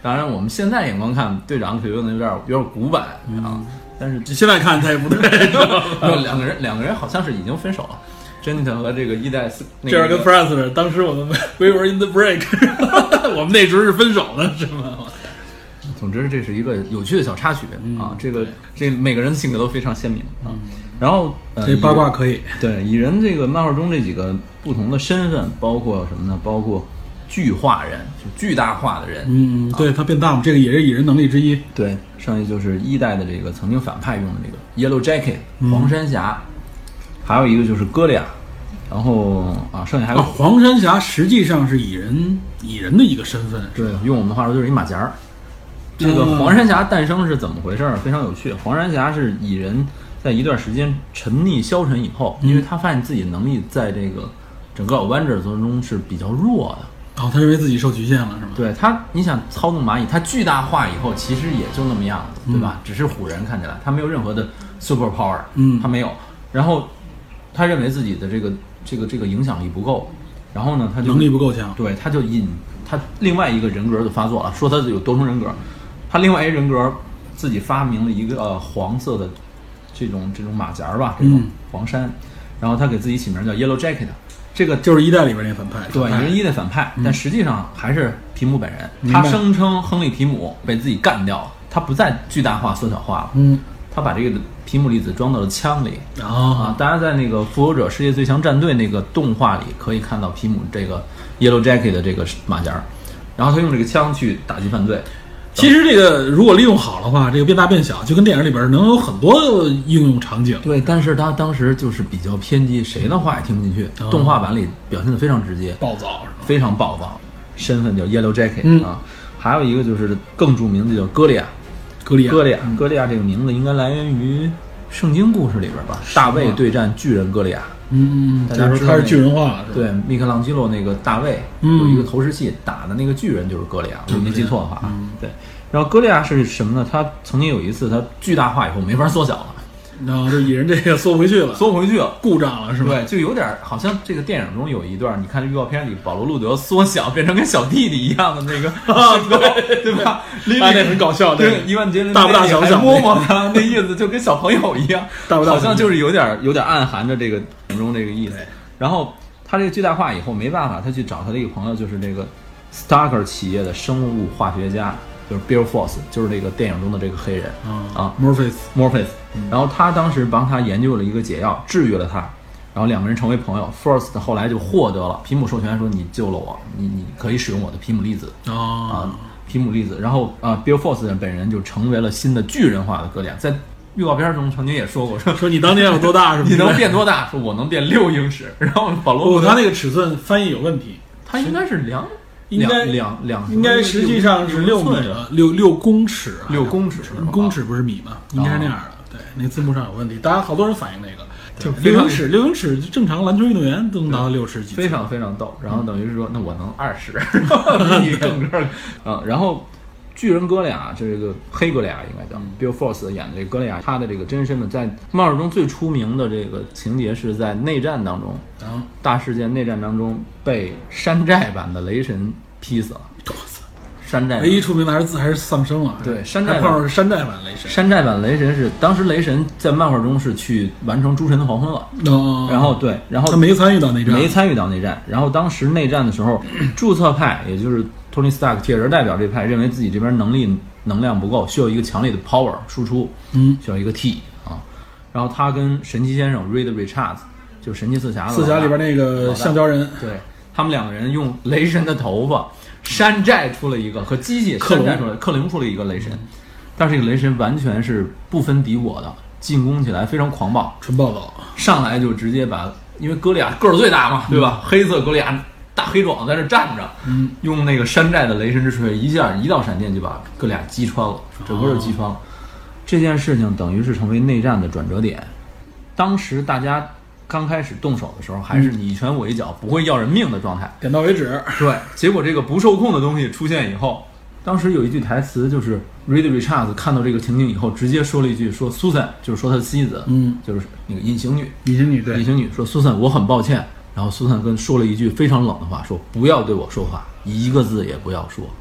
当然我们现在眼光看，队长腿用的有点有点古板啊，但是现在看他也不对。 两个人两个人好像是已经分手了。Jennington 和这个一代四， 这样跟 Francis 当时我们 We were in the break， 我们那时候是分手的，是吗？ 总之，这是一个有趣的小插曲、嗯、啊！这个这每个人的性格都非常鲜明啊。嗯、然后，呃、 这八卦可以对蚁人这个漫画中这几个不同的身份，包括什么呢？包括巨化人，就巨大化的人。 嗯， 啊、 对，他变大嘛，这个也是蚁人能力之一。 对，剩下就是一代的这个曾经反派用的那个 Yellow Jacket 黄衫侠，嗯、还有一个就是哥利亚。然后啊，剩下还有、 啊、黄衫侠，实际上是蚁人蚁人的一个身份。 对，用我们的话说就是一马甲儿。这个黄衫侠诞生是怎么回事？非常有趣。黄衫侠是蚁人在一段时间沉溺消沉以后，因为他发现自己能力在这个整个 Avengers 中是比较弱的。 哦，他认为自己受局限了，是吗？ 对他，你想操纵蚂蚁，他巨大化以后，其实也就那么样子，对吧？嗯、只是唬人看起来，他没有任何的 super power， 嗯，他没有。然后他认为自己的这个这个这个影响力不够，然后呢，他就能力不够强， 对，他就引他另外一个人格就发作了，说他有多重人格。他另外一人格自己发明了一个、呃、黄色的这种这种马甲吧，这种黄衫，嗯、然后他给自己起名叫 Yellow Jacket， 这个就是一代里边那个反派， 对，也是一代反派，嗯、但实际上还是皮姆本人。他声称亨利皮姆被自己干掉了，他不再巨大化、缩小化了，嗯，他把这个皮姆粒子装到了枪里。 哦、 啊，大家在那个复仇者世界最强战队那个动画里可以看到皮姆这个 Yellow Jacket 的这个马甲，然后他用这个枪去打击犯罪。 其实这个如果利用好的话，这个变大变小，就跟电影里边能有很多应用场景。 对，但是他当时就是比较偏激，谁的话也听不进去。哦、动画版里表现得非常直接， 暴躁， 非常暴躁。身份叫 Yellow Jacket、 嗯、 啊，还有一个就是更著名的叫哥利亚。 哥利亚， 哥利亚，哥利亚这个名字应该来源于圣经故事里边吧？大卫对战巨人哥利亚。 嗯，大家说他是巨人化了， 对，米开朗基罗那个大卫、嗯、有一个投石器打的那个巨人就是哥利亚，我没记错的话，嗯、对。然后哥利亚是什么呢？他曾经有一次他巨大化以后没法缩小了， 然后这蚁人这个缩回去了， 缩回去了， 故障了是吧？ 对，就有点好像这个电影中有一段，你看预告片里保罗路德缩小变成跟小弟弟一样的那个身高，对吧？ 那那很搞笑， 对，伊万杰林大不大小小摸摸他，那意思就跟小朋友一样， 大不大好像就是有点有点暗含着这个影中这个意思。然后他这个巨大化以后没办法，他去找他的一个朋友，就是这个 Starker 企业的生物化学家，就是 Bill Force， 就是这个电影中的这个黑人、 嗯、 啊 Morpheus Morpheus、嗯、然后他当时帮他研究了一个解药，治愈了他，然后两个人成为朋友。Force 后来就获得了皮姆授权，说你救了我，你你可以使用我的皮姆粒子、 哦、 啊皮姆粒子。然后啊 Bill Force 本人就成为了新的巨人化的哥利亚，在预告片中曾经也说过，说说你当年有多大是吧？ 你能变多大？说我能变六英尺。然后保罗， 哦，他那个尺寸翻译有问题， 他应该是两， 应该两两， 应该实际上是六米了，六六公尺， 六公尺， 公尺不是米吗？应该是那样的。对，那字幕上有问题，大家好多人反映那个，就六英尺，六英尺正常篮球运动员都能达到六十几， 非常非常逗。然后等于是说，那我能二十，比你更个啊，然后。巨人哥利亚，这个黑哥利亚应该叫、嗯、Bill Force 演的这个哥利亚，他的这个真身呢，在漫画中最出名的这个情节是在内战当中， 啊、 大事件内战当中被山寨版的雷神劈死了。山寨唯一出名的还是还是丧生了。 对，山寨版是山寨版雷神。 山寨版雷神是当时雷神在漫画中是去完成诸神的黄昏了。 哦。 然后对，然后他没参与到内战， 没参与到内战。然后当时内战的时候，注册派也就是托尼·斯塔克铁人代表这派认为自己这边能力能量不够，需要一个强烈的 power 输出， 嗯， 需要一个 T 啊。然后他跟神奇先生 Reed Richards 就是神奇四侠的四侠里边那个橡胶人， 对他们两个人用雷神的头发山寨出了一个和机器山寨出来克隆出了一个雷神，但是这个雷神完全是不分敌我的，进攻起来非常狂暴， 纯暴躁， 上来就直接把，因为哥利亚个儿最大嘛，对吧？嗯、黑色哥利亚大黑壮在这站着， 嗯， 用那个山寨的雷神之锤一下一道闪电就把哥利亚击穿了，整个就击穿了。哦、这件事情等于是成为内战的转折点。当时大家刚开始动手的时候，还是你一拳我一脚，不会要人命的状态， 点到为止。 对，结果这个不受控的东西出现以后，当时有一句台词就是 Reed Richards 看到这个情景以后，直接说了一句，说 Susan 就是说他的妻子， 嗯， 就是那个隐形女， 隐形女对， 隐形女说 Susan 我很抱歉，然后 Susan 跟说了一句非常冷的话，说不要对我说话，一个字也不要说。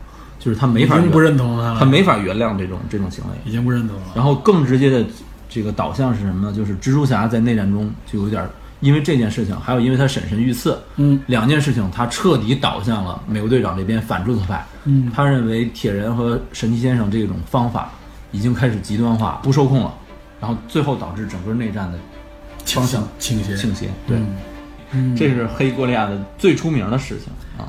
就是他没法已经不认同他了， 他没法原谅这种这种行为， 已经不认同了。 然后更直接的这个导向是什么呢？就是蜘蛛侠在内战中就有点因为这件事情，还有因为他审神遇刺， 嗯， 两件事情，他彻底倒向了美国队长这边反注册派。 嗯， 他认为铁人和神奇先生这种方法已经开始极端化，不受控了，然后最后导致整个内战的方向倾斜倾斜。对， 嗯， 这是黑哥利亚的最出名的事情啊。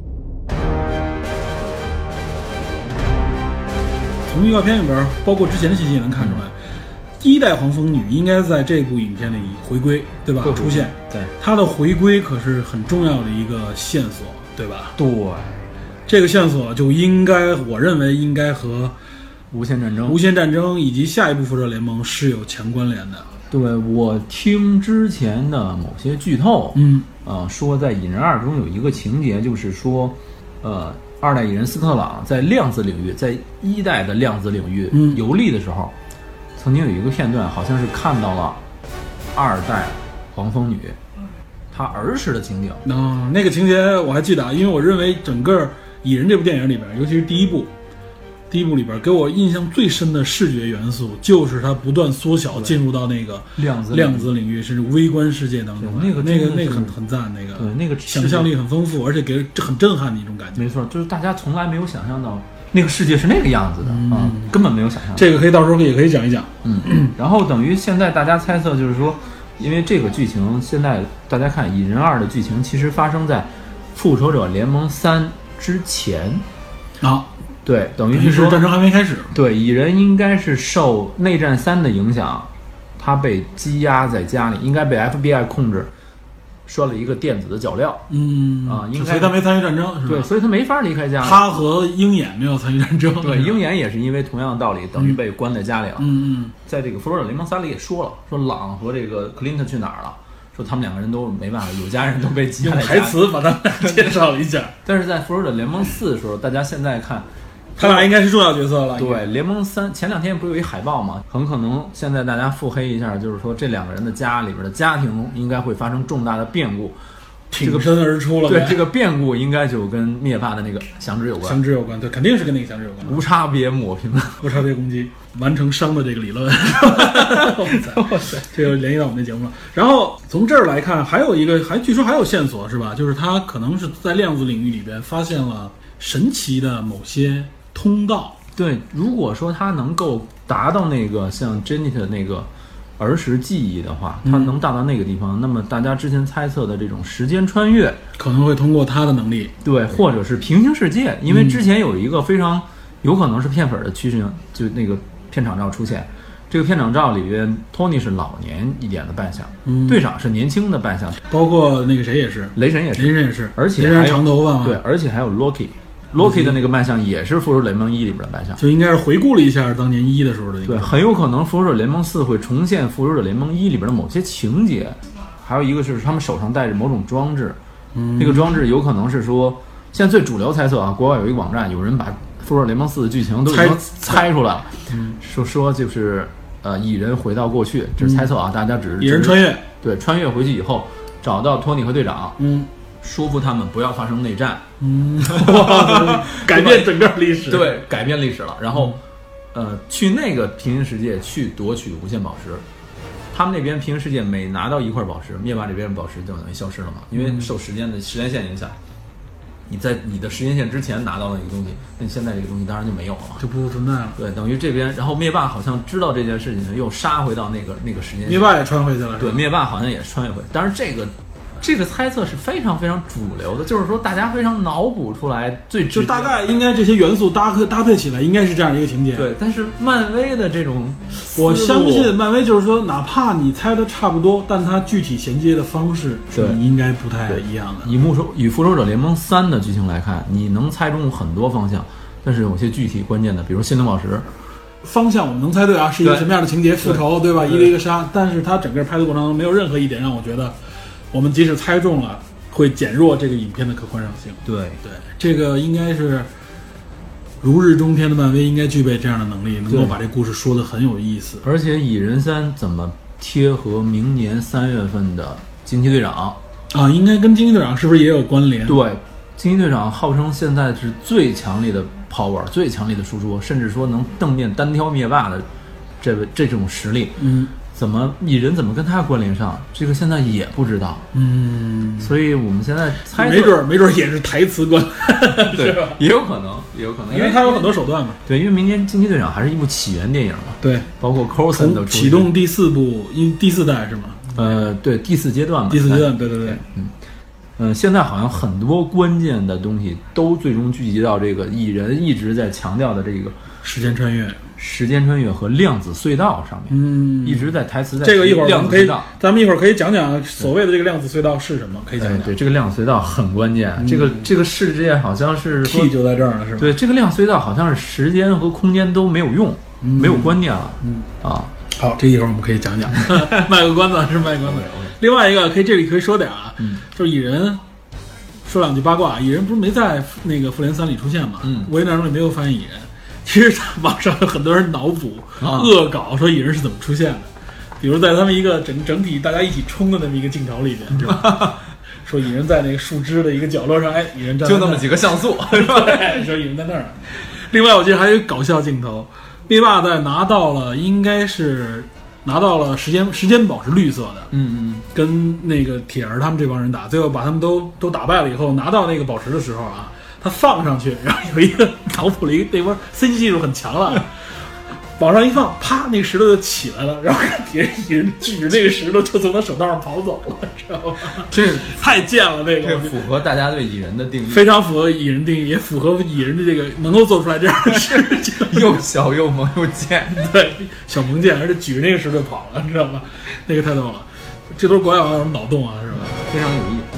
从预告片里边，包括之前的信息也能看出来。第一代黄蜂女应该在这部影片里回归，对吧？ 会出现， 对， 她的回归可是很重要的一个线索，对吧？ 对， 这个线索就应该，我认为应该和无限战争、 无限战争以及下一部复仇者联盟是有强关联的。 对，我听之前的某些剧透， 嗯， 呃，说在《蚁人二》中有一个情节，就是说，呃，二代蚁人斯特朗在量子领域，在一代的量子领域游历的时候。嗯，曾经有一个片段，好像是看到了二代黄蜂女她儿时的情景。 哦，那个情节我还记得啊，因为我认为整个《蚁人》这部电影里边，尤其是第一部，第一部里边给我印象最深的视觉元素，就是它不断缩小，进入到那个量子量子领域，甚至微观世界当中。 那个那个那个很很赞，那个对那个想象力很丰富，而且给很震撼的一种感觉。 没错，就是大家从来没有想象到。那个世界是那个样子的啊、嗯，根本没有想象。 这个可以到时候也可以讲一讲。 嗯，然后等于现在大家猜测就是说，因为这个剧情现在大家看《蚁人二》的剧情其实发生在《复仇者联盟三》之前啊， 对，等于是说战争还没开始。 对，蚁人应该是受内战三的影响，他被羁押在家里，应该被 F B I 控制。拴了一个电子的脚镣， 嗯啊，应该所以他没参与战争，是吧？ 对，所以他没法离开家里。 他和鹰眼没有参与战争， 对，鹰眼也是因为同样的道理，等于被关在家里了。 嗯嗯， 在这个《复仇者联盟三》里也说了，说朗和这个克林特去哪儿了？说他们两个人都没办法，有家人都被羁押在家里。 用台词把他们介绍了一下。 但是在《复仇者联盟四》的时候，大家现在看。 他俩应该是重要角色了。 对，联盟三前两天不是有一海报吗？很可能现在大家腹黑一下，就是说这两个人的家里边的家庭应该会发生重大的变故。 挺身而出了， 对，这个变故应该就跟灭霸的那个响指有关， 响指有关，对，肯定是跟那个响指有关， 无差别抹平， 无差别攻击，完成伤的这个理论，哇塞，这就联系到我们的节目了。然后从这儿来看，还有一个，还据说还有线索是吧？就是他可能是在量子领域里边发现了神奇的某些通道。 对，如果说他能够达到那个像 Janet 那个。儿时记忆的话，它能达到那个地方、嗯，那么大家之前猜测的这种时间穿越， 可能会通过他的能力， 对，或者是平行世界，因为之前有一个非常有可能是骗粉的趋势，就那个片场照出现，这个片场照里边，托尼是老年一点的扮相，嗯，队长是年轻的扮相， 包括那个谁也是， 雷神也是， 雷神也是， 而且还有长头发嘛， 对，而且还有 Loki。Loki 的那个扮相也是《复仇者联盟一》里边的扮相， 就应该是回顾了一下当年一的时候的一个。 对，很有可能《复仇者联盟四》会重现《复仇者联盟一》里边的某些情节，还有一个是他们手上带着某种装置，嗯，那个装置有可能是说，现在最主流猜测啊，国外有一个网站，有人把《复仇者联盟四》的剧情都已经猜出来了，嗯，说说就是呃，蚁人回到过去，这是猜测啊，嗯、大家只是蚁人穿越， 对，穿越回去以后找到托尼和队长， 嗯。 说服他们不要发生内战， 嗯，改变整个历史， 对，改变历史了。然后，嗯、呃，去那个平行世界去夺取无限宝石。他们那边平行世界每拿到一块宝石，灭霸这边的宝石就等于消失了嘛，因为受时间的时间线影响。你在你的时间线之前拿到了一个东西，那你现在这个东西当然就没有了嘛， 就不存在了。 对，等于这边，然后灭霸好像知道这件事情，又杀回到那个那个时间线。 灭霸也穿回去了， 对，灭霸好像也穿越回。当然这个。这个猜测是非常非常主流的，就是说大家非常脑补出来最就大概应该这些元素搭配搭配起来，应该是这样一个情节。 对，但是漫威的这种， 我相信漫威就是说，哪怕你猜的差不多，但它具体衔接的方式是应该不太一样的。 以复仇以复仇者联盟三的剧情来看，你能猜中很多方向，但是有些具体关键的，比如心灵宝石。 方向我们能猜对啊，是一个什么样的情节？复仇 对, 对吧？一个一个杀，但是它整个拍的过程中没有任何一点让我觉得。我们即使猜中了，会减弱这个影片的可观赏性。 对对，这个应该是如日中天的漫威应该具备这样的能力，能够把这故事说得很有意思。 而且《蚁人三》怎么贴合明年三月份的惊奇队长啊？应该跟惊奇队长是不是也有关联？ 对，惊奇队长号称现在是最强力的 power 最强力的输出，甚至说能正面单挑灭霸的这位这种实力， 嗯， 怎么蚁人怎么跟他关联上？这个现在也不知道， 嗯， 所以我们现在猜没准没准也是台词关， 对是吧？ 也有可能，也有可能， 因为他有很多手段嘛。 对，因为明年惊奇队长还是一部起源电影嘛， 对， 包括 Coulson 的启动第四部，因第四代是吗？ 呃，对，第四阶段嘛， 第四阶段，对对对， 嗯。嗯，现在好像很多关键的东西都最终聚集到这个蚁人一直在强调的这个时间穿越、 时间穿越和量子隧道上面， 嗯， 一直在台词在这个一会儿我们可以，咱们一会儿可以讲讲所谓的这个量子隧道是什么，可以讲讲。 对，对这个量子隧道很关键，嗯、这个这个世界好像是 key 就在这儿了，是吧？ 对，这个量子隧道好像是时间和空间都没有用，嗯、没有观念了， 嗯啊， 好，这一会儿我们可以讲讲，卖个关子是卖关子。另外一个可以这里可以说点啊， 嗯， 就是蚁人。说两句八卦，蚁人不是没在那个复联三里出现吗？ 嗯， 我一点里没有发现蚁人。其实网上有很多人脑补、 啊、 恶搞，说蚁人是怎么出现的。比如在他们一个整整体大家一起冲的那么一个镜头里边，是吧？说蚁人在那个树枝的一个角落上，哎，蚁人站在就那么几个像素， 对，说蚁人在那儿。另外，我记得还有一个搞笑镜头，灭霸在拿到了，应该是。拿到了时间时间宝是绿色的， 嗯嗯， 跟那个铁儿他们这帮人打，最后把他们都都打败了以后，拿到那个宝石的时候啊，他放上去，然后有一个脑补了一个那波 C G 技术很强了，往上一放，啪，那个石头就起来了，然后别人蚁人举着那个石头就从他手套上跑走了，知道吗？ 这太贱了，这个这符合大家对蚁人的定义， 非常符合蚁人定义，也符合蚁人的这个能够做出来这样的事情， 又小又萌又贱， 对，小萌贱，而且举着那个石头跑了，知道吗？那个太逗了，这都是国外网友脑洞啊，是吧？ 非常有意思， 对。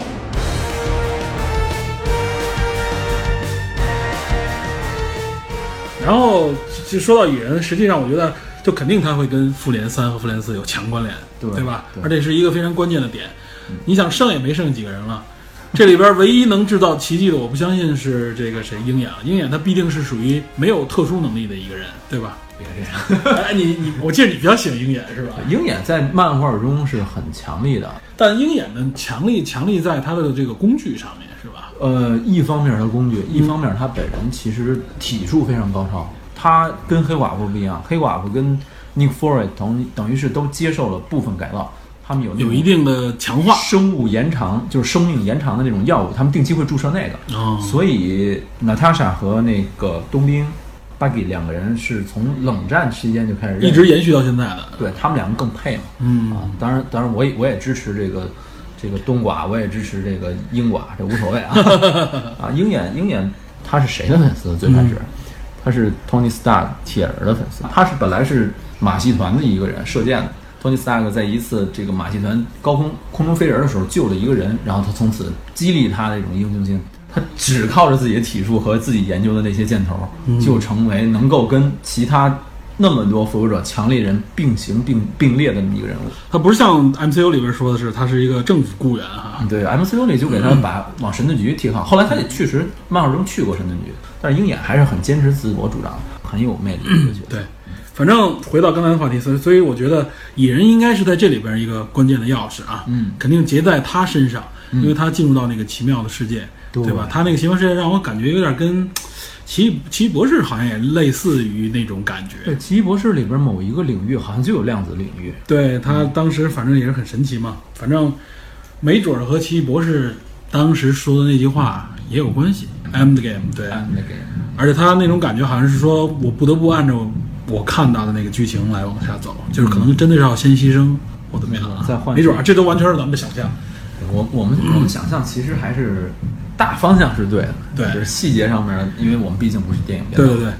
然后就说到蚁人，实际上我觉得就肯定他会跟复联三和复联四有强关联， 对, 对吧？ 对， 而且是一个非常关键的点。嗯、你想剩也没剩几个人了，这里边唯一能制造奇迹的，我不相信是这个谁鹰眼了。鹰眼他必定是属于没有特殊能力的一个人，对吧？ 别这样， 哎，你你，我记得你比较喜欢鹰眼是吧？ 鹰眼在漫画中是很强力的， 但鹰眼的强力强力在他的这个工具上面。 呃，一方面他工具，一方面他本人其实体术非常高超。他跟黑寡妇不一样，黑寡妇跟 Nick Fury 等等于是都接受了部分改造，他们有有一定的强化， 生物延长就是生命延长的那种药物，他们定期会注射那个。 哦， 所以 Natasha 和那个冬兵 Buggy 两个人是从冷战期间就开始一直延续到现在的， 对他们两个更配嘛。 嗯啊，当然当然我也我也支持这个。这个冬寡我也支持，这个鹰寡这无所谓啊啊！鹰眼鹰眼他是谁的粉丝？最开始、嗯、他是 Tony Stark 铁人的粉丝，他是本来是马戏团的一个人，射箭的。Tony Stark 在一次这个马戏团高空空中飞人的时候救了一个人，然后他从此激励他那种英雄心，他只靠着自己的体术和自己研究的那些箭头，嗯、就成为能够跟其他。那么多复仇者强力人并行并并列的这么一个人物， 他不是像 M C U 里边说的是他是一个政府雇员哈。 对 M C U 里就给他把往神盾局提靠，后来他也确实漫画中去过神盾局，但是鹰眼还是很坚持自我主张，很有魅力的一个角色。 对，反正回到刚才的话题，所以所以我觉得蚁人应该是在这里边一个关键的钥匙啊， 嗯， 肯定结在他身上，因为他进入到那个奇妙的世界， 对, 对吧？他那个奇妙世界让我感觉有点跟。奇异奇异博士好像也类似于那种感觉。 对，奇异博士里边某一个领域好像就有量子领域。 对，他当时反正也是很神奇嘛，反正没准和奇异博士当时说的那句话也有关系。End game， 对 ，End game。 而且他那种感觉好像是说我不得不按照我看到的那个剧情来往下走，就是可能真的是要先牺牲或怎么样啊？ 再换， 没准这都完全是咱们的想象。 我我们我们想象其实还是。大方向是对的， 对， 就是细节上面，因为我们毕竟不是电影编导。 对对对。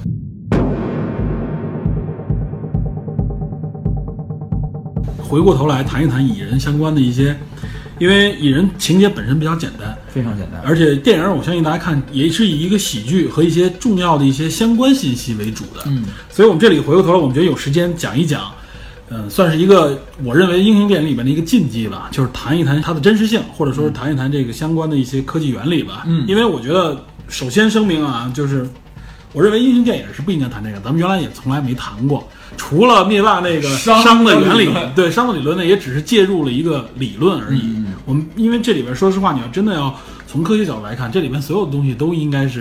回过头来谈一谈蚁人相关的一些，因为蚁人情节本身比较简单， 非常简单， 而且电影我相信大家看也是以一个喜剧和一些重要的一些相关信息为主的， 嗯， 所以我们这里回过头来，我们觉得有时间讲一讲。嗯，算是一个我认为英雄电影里面的一个禁忌吧，就是谈一谈它的真实性，或者说是谈一谈这个相关的一些科技原理吧。 嗯， 因为我觉得首先声明啊，就是我认为英雄电影是不应该谈这个，咱们原来也从来没谈过，除了灭霸那个熵的原理，对熵的理论呢，也只是介入了一个理论而已。 嗯嗯、 我们因为这里边说实话，你要真的要从科学角度来看，这里面所有的东西都应该是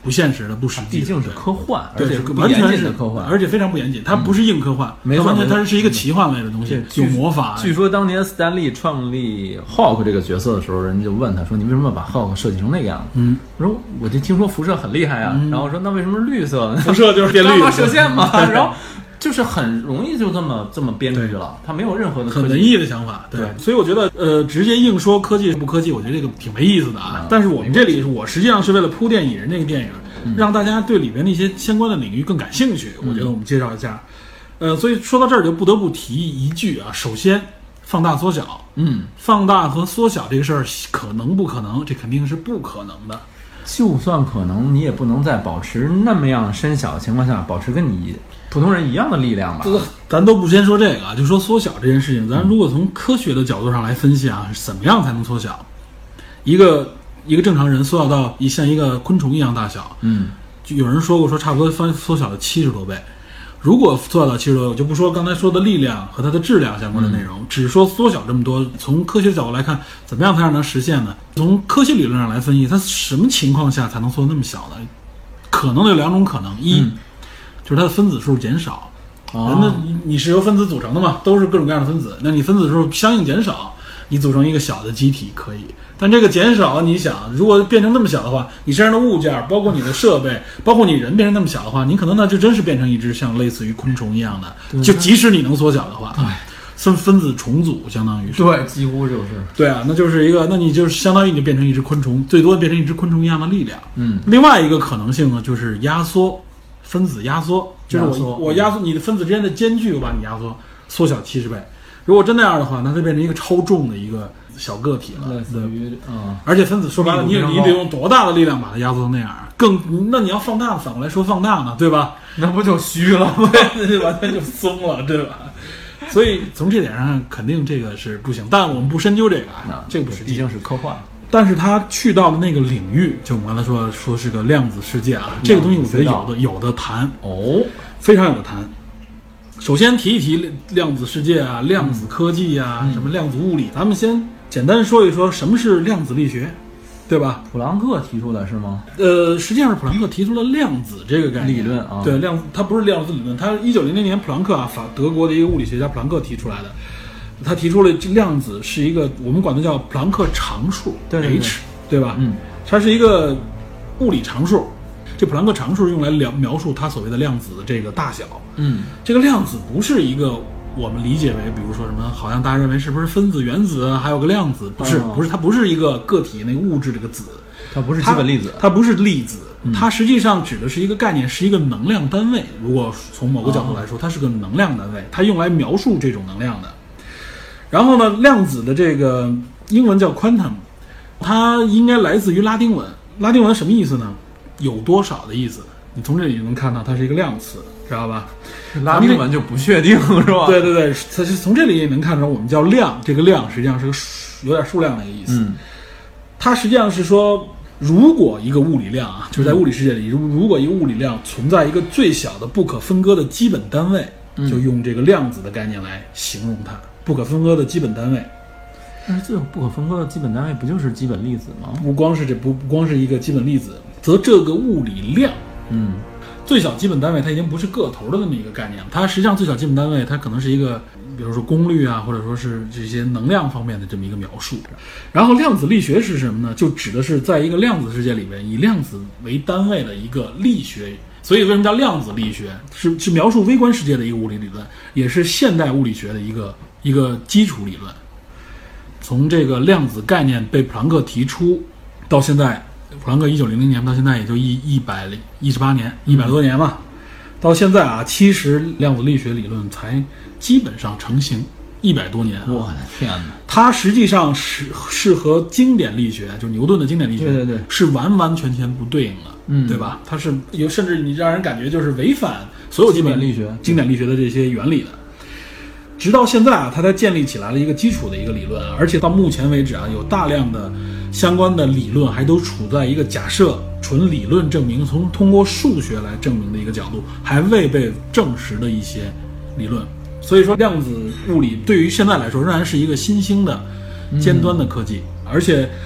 不现实的、不实际的， 毕竟是科幻，而对， 且是不严完全是谨的科幻， 而且非常不严谨，它不是硬科幻， 嗯、没错， 它完全它是一个奇幻类的东西，有魔法。 据说当年斯坦利创立 Hulk 这个角色的时候，人家就问他说：“你为什么把 Hulk 设计成那个样子？” 嗯， 他说：“我就听说辐射很厉害啊。嗯”然后说：“那为什么是绿色？ 辐射就是电绿， 伽马射线嘛。”然后。就是很容易就这么这么编剧了，他没有任何的很文艺的想法，对，对所以我觉得呃，直接硬说科技不科技，我觉得这个挺没意思的啊。嗯、但是我们这里我实际上是为了铺垫蚁人这个电影，嗯、让大家对里边的一些相关的领域更感兴趣。嗯、我觉得我们介绍一下，呃，所以说到这儿就不得不提一句啊，首先放大缩小， 嗯， 放大和缩小这个事儿可能不可能？这肯定是不可能的。 就算可能，你也不能在保持那么样身小的情况下，保持跟你普通人一样的力量吧。 咱都不先说这个，就说缩小这件事情，咱如果从科学的角度上来分析啊，怎么样才能缩小？一个一个正常人缩小到一像一个昆虫一样大小， 嗯， 就有人说过说差不多翻缩小了七十多倍。如果缩小到七十多倍，我就不说刚才说的力量和它的质量相关的内容，嗯、只说缩小这么多。从科学角度来看，怎么样才让它实现呢？从科学理论上来分析，它什么情况下才能缩那么小呢？可能有两种可能，一、嗯、就是它的分子数减少。 哦、 人的你是由分子组成的嘛，都是各种各样的分子，那你分子数相应减少，你组成一个小的机体可以。但这个减少，你想，如果变成那么小的话，你身上的物件，包括你的设备，包括你人变成那么小的话，你可能那就真是变成一只像类似于昆虫一样的。就即使你能缩小的话，分分子重组相当于是。 对，几乎就是。 对啊，那就是一个，那你就是相当于你变成一只昆虫，最多变成一只昆虫一样的力量。 嗯。 另外一个可能性呢，就是压缩，分子压缩，就是我我压缩你的分子之间的间距，我把你压缩缩小七十倍。如果真那样的话，那就变成一个超重的一个小个体了， 类似于嗯， 而且分子说白了，你你得用多大的力量把它压缩成那样？更那你要放大，反过来说放大呢，对吧？ 那不就虚了吗？ 对，完全就松了，对吧？所以从这点上肯定这个是不行，但我们不深究这个啊，这个不实际， 毕竟是科幻。 但是他去到的那个领域，就我们刚才说说是个量子世界啊，这个东西我觉得有的有的谈哦， 非常有的谈。首先提一提量子世界啊，量子科技啊，嗯、什么量子物理，咱们先简单说一说什么是量子力学，对吧？ 普朗克提出的是吗？ 呃，实际上是普朗克提出了量子这个概念理论啊。 对，量它不是量子理论，它一九零零年普朗克啊，法德国的一个物理学家普朗克提出来的。他提出了这量子是一个我们管它叫普朗克常数， 对对对 H， 对吧？ 嗯， 它是一个物理常数。这普朗克常数用来描描述它所谓的量子的这个大小。 嗯， 这个量子不是一个我们理解为，比如说什么，好像大家认为是不是分子、原子，还有个量子？不是， 哦、 不是，它不是一个个体那个物质这个子， 它不是基本粒子， 它, 它不是粒子， 嗯、 它实际上指的是一个概念，是一个能量单位。如果从某个角度来说，哦、它是个能量单位，它用来描述这种能量的。然后呢，量子的这个英文叫 quantum， 它应该来自于拉丁文。拉丁文什么意思呢？有多少的意思。你从这里就能看到它是一个量词，知道吧？ 拉丁文就不确定是吧？ 对对对，它是从这里也能看出我们叫量，这个量实际上是个有点数量的一个意思。 嗯， 它实际上是说，如果一个物理量啊，就是在物理世界里，如如果一个物理量存在一个最小的不可分割的基本单位， 嗯、 就用这个量子的概念来形容它。不可分割的基本单位， 但是这种不可分割的基本单位不就是基本粒子吗？ 不光是这不不光是一个基本粒子，则这个物理量， 嗯， 最小基本单位它已经不是个头的那么一个概念了，它实际上最小基本单位它可能是一个，比如说功率啊，或者说是这些能量方面的这么一个描述。然后量子力学是什么呢？就指的是在一个量子世界里面以量子为单位的一个力学。所以为什么叫量子力学？是是描述微观世界的一个物理理论，也是现代物理学的一个一个基础理论。从这个量子概念被普朗克提出到现在，普朗克一九零零年到现在也就一一百一十八年，一百多年嘛。到现在啊，其实量子力学理论才基本上成型，一百多年。 我的天哪！ 它实际上是是和经典力学，就是牛顿的经典力学， 对对对， 是完完全全不对应的。 嗯， 对吧？它是有，甚至你让人感觉就是违反所有基本力学、 经典力学的这些原理的。直到现在啊，它才建立起来了一个基础的一个理论，而且到目前为止啊，有大量的相关的理论还都处在一个假设、纯理论证明，从通过数学来证明的一个角度，还未被证实的一些理论。所以说，量子物理对于现在来说仍然是一个新兴的尖端的科技，嗯、而且。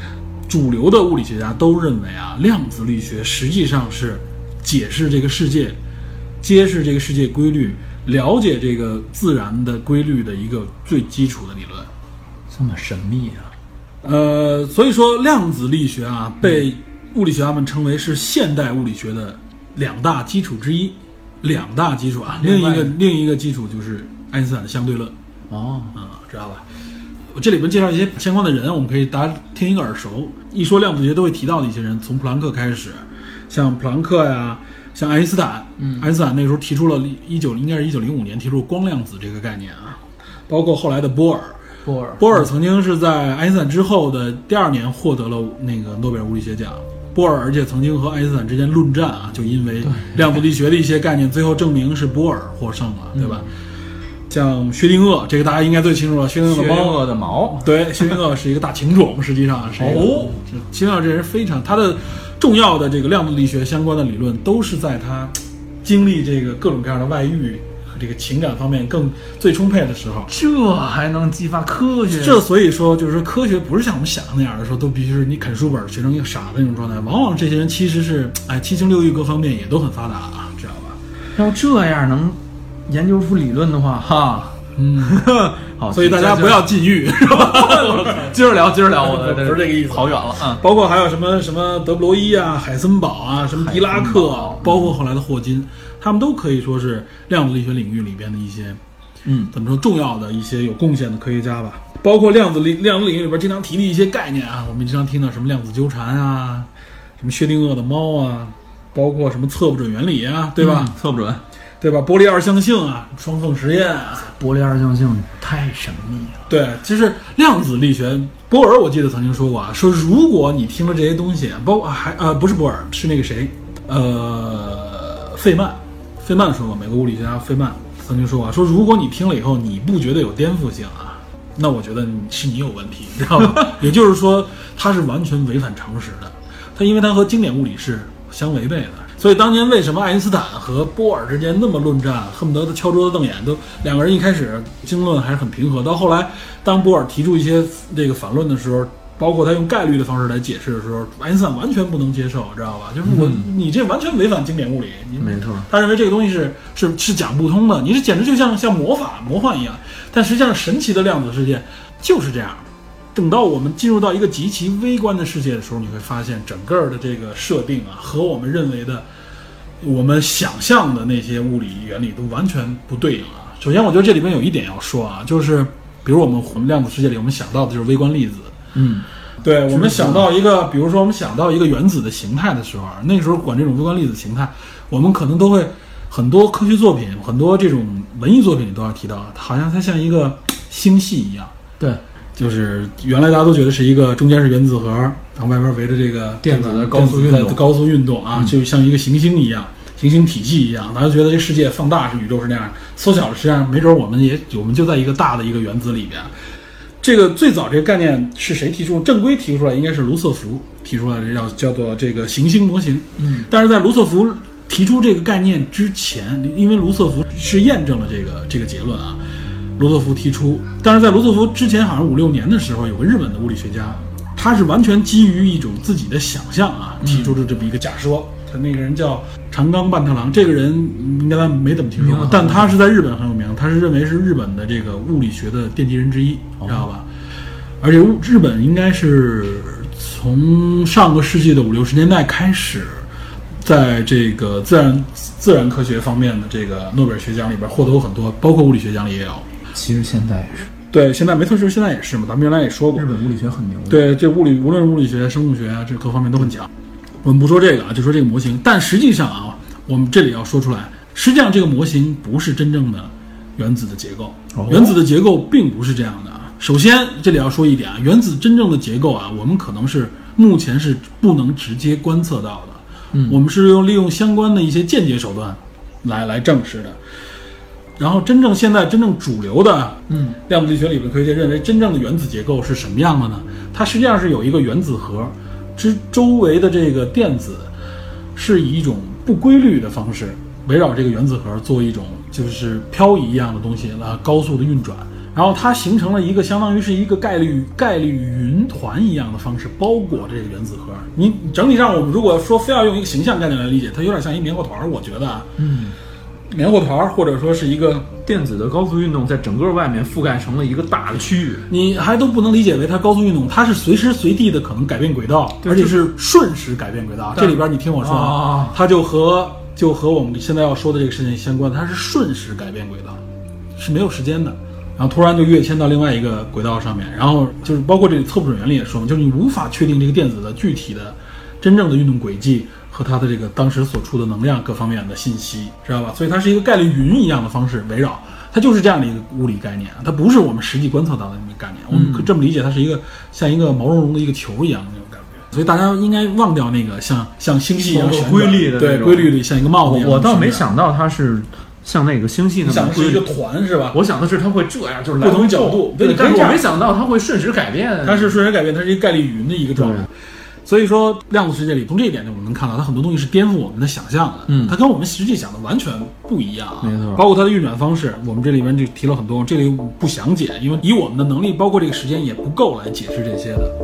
主流的物理学家都认为啊，量子力学实际上是解释这个世界、揭示这个世界规律、了解这个自然的规律的一个最基础的理论。 这么神秘啊！ 呃，所以说量子力学啊，被物理学家们称为是现代物理学的两大基础之一。两大基础啊，另一个另一个基础就是爱因斯坦的相对论。 哦， 啊、嗯，知道吧？我这里边介绍一些相关的人，我们可以大家听一个耳熟。一说量子力学都会提到的一些人，从普朗克开始，像普朗克呀，像爱因斯坦。嗯，爱因斯坦那个时候提出了一九应该是一九零五年提出光量子这个概念啊，包括后来的波尔。 波尔， 波尔曾经是在爱因斯坦之后的第二年获得了那个诺贝尔物理学奖。波尔而且曾经和爱因斯坦之间论战啊，就因为量子力学的一些概念，最后证明是波尔获胜了，对吧？嗯、像薛定谔，这个大家应该最清楚了。薛定谔的猫， 薛定谔的毛， 对，薛定谔是一个大情种，实际上是一个哦。薛定谔这人非常，他的重要的这个量子力学相关的理论，都是在他经历这个各种各样的外遇。这个情感方面更最充沛的时候， 这还能激发科学？ 这所以说，就是说科学不是像我们想的那样的，说都必须是你啃书本学成一个傻的那种状态。往往这些人其实是，哎，七情六欲各方面也都很发达啊，知道吧？ 要这样能研究出理论的话，哈， 嗯， 好， 所以大家不要禁欲，是吧？ 接着聊，接着聊，我的不是这个意思， 好远了啊！ 包括还有什么什么德布罗伊啊、海森堡啊、什么狄拉克，包括后来的霍金。他们都可以说是量子力学领域里边的一些， 嗯， 怎么说重要的一些有贡献的科学家吧。包括量子力量子领域里边经常提的一些概念啊，我们经常听到什么量子纠缠啊，什么薛定谔的猫啊，包括什么测不准原理啊，对吧？ 嗯、测不准， 对吧？波粒二象性啊，双缝实验啊， 波粒二象性太神秘了。 对，其实量子力学，波尔我记得曾经说过啊，说如果你听了这些东西，包括还呃不是波尔，是那个谁，呃，费曼。费曼说过，美国物理学家费曼曾经说过，说如果你听了以后你不觉得有颠覆性啊，那我觉得你是你有问题，知道吧？也就是说，它是完全违反常识的，它因为它和经典物理是相违背的。所以当年为什么爱因斯坦和波尔之间那么论战，恨不得敲桌子瞪眼，都两个人一开始争论还是很平和，到后来当波尔提出一些这个反论的时候，包括他用概率的方式来解释的时候，爱因斯坦完全不能接受，知道吧？就是我，嗯、你这完全违反经典物理。 没错， 他认为这个东西是是是讲不通的，你这简直就像像魔法魔幻一样。但实际上，神奇的量子世界就是这样。等到我们进入到一个极其微观的世界的时候，你会发现整个的这个设定啊，和我们认为的、我们想象的那些物理原理都完全不对应啊。首先，我觉得这里边有一点要说啊，就是比如我们我们量子世界里，我们想到的就是微观粒子。 嗯， 对，我们想到一个，比如说我们想到一个原子的形态的时候，那个时候管这种微观粒子形态，我们可能都会很多科学作品、很多这种文艺作品里都要提到，好像它像一个星系一样。 对， 就是原来大家都觉得是一个中间是原子核，然后外边围着这个电子的高速运动， 高速运动啊， 嗯、 就像一个行星一样。行星体系一样，大家觉得这世界放大是宇宙是那样，缩小了实际上没准我们也我们就在一个大的一个原子里边。这个最早这个概念是谁提出？正规提出来应该是卢瑟福提出来的，叫叫做这个行星模型。 嗯， 但是在卢瑟福提出这个概念之前，因为卢瑟福是验证了这个这个结论啊，卢瑟福提出。但是在卢瑟福之前，好像五六年的时候，有个日本的物理学家，他是完全基于一种自己的想象啊，提出了这么一个假说。他那个人叫长冈半太郎，这个人应该没怎么听说过，但他是在日本很有名，他是认为是日本的这个物理学的奠基人之一，知道吧？而且日本应该是从上个世纪的五六十年代开始，在这个自然自然科学方面的这个诺贝尔学奖里边获得很多，包括物理学奖里也有。 其实现在也是。 对，现在没错，就是现在也是嘛。咱们原来也说过， 日本物理学很牛。 对，这物理无论是物理学、生物学啊，这各方面都很强。我们不说这个啊，就说这个模型。但实际上啊，我们这里要说出来，实际上这个模型不是真正的原子的结构。 哦、 原子的结构并不是这样的啊。首先，这里要说一点啊，原子真正的结构啊，我们可能是目前是不能直接观测到的。 嗯， 我们是用利用相关的一些间接手段来来证实的。然后，真正现在真正主流的， 嗯， 量子力学理论科学界认为，真正的原子结构是什么样的呢？它实际上是有一个原子核。之周围的这个电子是以一种不规律的方式围绕这个原子核做一种就是漂移一样的东西来高速的运转， 然后它形成了一个相当于是一个概率概率云团一样的方式包裹这个原子核。你整体上我们如果说非要用一个形象概念来理解，它有点像一棉花团，我觉得啊， 嗯， 棉花团或者说是一个电子的高速运动在整个外面覆盖成了一个大的区域， 你还都不能理解为它高速运动，它是随时随地的可能改变轨道，而且是瞬时改变轨道。这里边你听我说啊，它就和就和我们现在要说的这个事情相关，它是瞬时改变轨道，是没有时间的。然后突然就跃迁到另外一个轨道上面，然后就是包括这个测不准原理也说嘛，就是你无法确定这个电子的具体的真正的运动轨迹和它的这个当时所处的能量各方面的信息，知道吧？所以它是一个概率云一样的方式围绕，它就是这样的一个物理概念，它不是我们实际观测到的那个概念。我们可这么理解，它是一个像一个毛茸茸的一个球一样的那种感觉。所以大家应该忘掉那个像像星系一样规律的对规律里像一个帽子一样。 我倒没想到它是像那个星系那么规律，想的是一个团是吧？ 我想的是它会这样，就是不同角度。 对，但是我没想到它会瞬时改变。 它是瞬时改变，它是一个概率云的一个状态。所以说，量子世界里，从这一点我们能看到，它很多东西是颠覆我们的想象的。 嗯， 它跟我们实际想的完全不一样啊。 没错， 包括它的运转方式，我们这里边就提了很多，这里不详解，因为以我们的能力，包括这个时间也不够来解释这些的。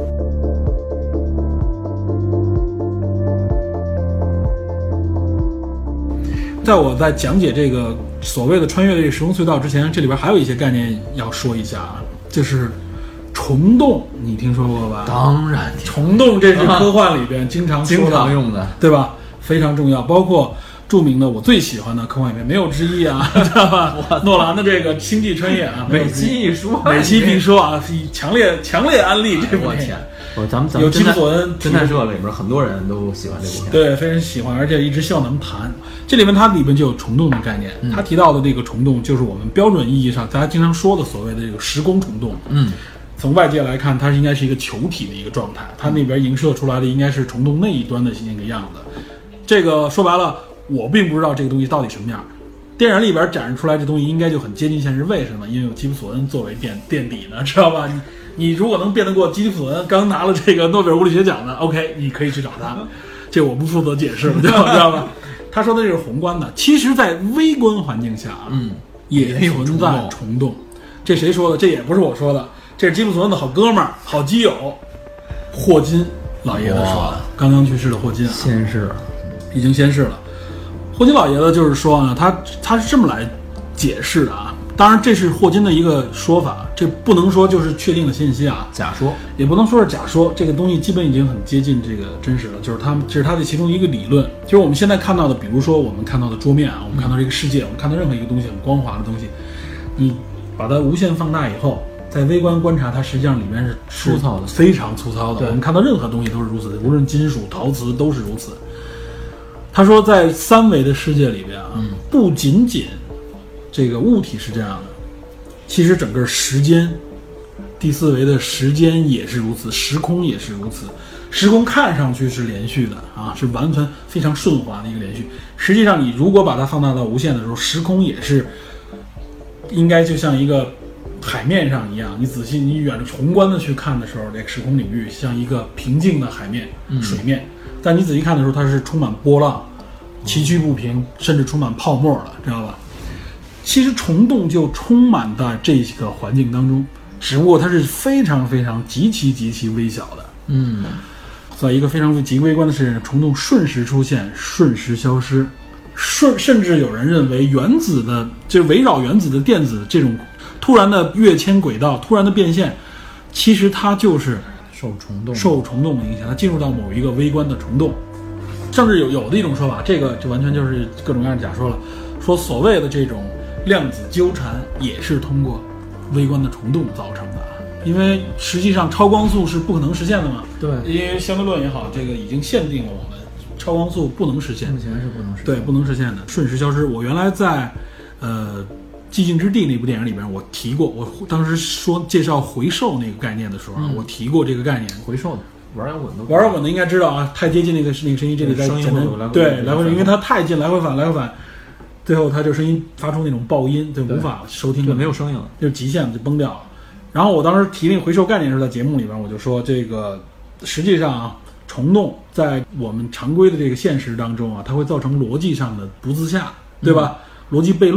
在我在讲解这个所谓的穿越这个时空隧道之前，这里边还有一些概念要说一下啊，就是虫洞，你听说过吧？ 当然， 虫洞这是科幻里边经常说的、 经常用的， 对吧？非常重要，包括著名的我最喜欢的科幻里面没有之一啊，知道吧？诺兰的这个《星际穿越》啊， 每期一说， 每期必说啊，强烈强烈安利这部电影。我咱们咱们有吉普索恩侦探社里边很多人都喜欢这部片， 对，非常喜欢，而且一直希望咱们谈。这里面它里面就有虫洞的概念， 嗯、 它提到的这个虫洞就是我们标准意义上大家经常说的所谓的这个时空虫洞。 嗯， 从外界来看，它应该是一个球体的一个状态，它那边映射出来的应该是虫洞那一端的那个样子。这个说白了，我并不知道这个东西到底什么样。电影里边展示出来这东西应该就很接近现实，为什么？因为有吉普索恩作为垫垫底呢，知道吧？你你如果能辩得过吉普索恩，刚拿了这个诺贝尔物理学奖的 ，OK， 你可以去找他。这我不负责解释了，知道吧？他说的这是宏观的，其实，在微观环境下啊， 嗯， 也存在虫洞。这谁说的？这也不是我说的，这是吉普索恩的好哥们儿、好基友霍金老爷子说的。刚刚去世的霍金啊， 先逝了， 已经先逝了。霍金老爷子就是说呢，他他是这么来解释的啊。当然，这是霍金的一个说法，这不能说就是确定的信息啊， 假说， 也不能说是假说。这个东西基本已经很接近这个真实了，就是他们这是他的其中一个理论。就是我们现在看到的，比如说我们看到的桌面啊，我们看到这个世界，我们看到任何一个东西很光滑的东西，你把它无限放大以后，在微观观察，它实际上里面是粗糙的， 非常粗糙的。我们看到任何东西都是如此，无论金属、陶瓷都是如此。他说，在三维的世界里边啊， 嗯、 不仅仅这个物体是这样的，其实整个时间，第四维的时间也是如此，时空也是如此。时空看上去是连续的啊，是完全非常顺滑的一个连续。实际上，你如果把它放大到无限的时候，时空也是应该就像一个海面上一样。你仔细、你远宏观的去看的时候，这个时空领域像一个平静的海面、水面。嗯，但你仔细看的时候，它是充满波浪、崎岖不平，甚至充满泡沫的，知道吧？其实虫洞就充满在这个环境当中，只不过它是非常非常极其极其微小的。 嗯， 在一个非常极微观的世界上，虫洞瞬时出现，瞬时消失，瞬甚至有人认为原子的就围绕原子的电子这种突然的跃迁轨道、突然的变现，其实它就是受虫洞受虫洞的影响，它进入到某一个微观的虫洞。甚至有有的一种说法，这个就完全就是各种各样的假说了，说所谓的这种量子纠缠也是通过微观的虫洞造成的，因为实际上超光速是不可能实现的嘛。 对， 因为相对论也好，这个已经限定了我们超光速不能实现， 目前是不能实现， 对，不能实现的，瞬时消失。我原来在呃《寂静之地》那部电影里边，我提过，我当时说介绍回授那个概念的时候，嗯、我提过这个概念， 回授的。玩摇滚的玩摇滚的应该知道啊，太接近那个那个声音，这里在简单对来回，因为它太近，来回反来回反，最后它就声音发出那种爆音，就无法收听了， 没有声音了， 就极限就崩掉了。然后我当时提那个回收概念是在节目里边，我就说这个实际上啊，虫洞在我们常规的这个现实当中啊，它会造成逻辑上的不自洽，对吧？嗯、逻辑悖论，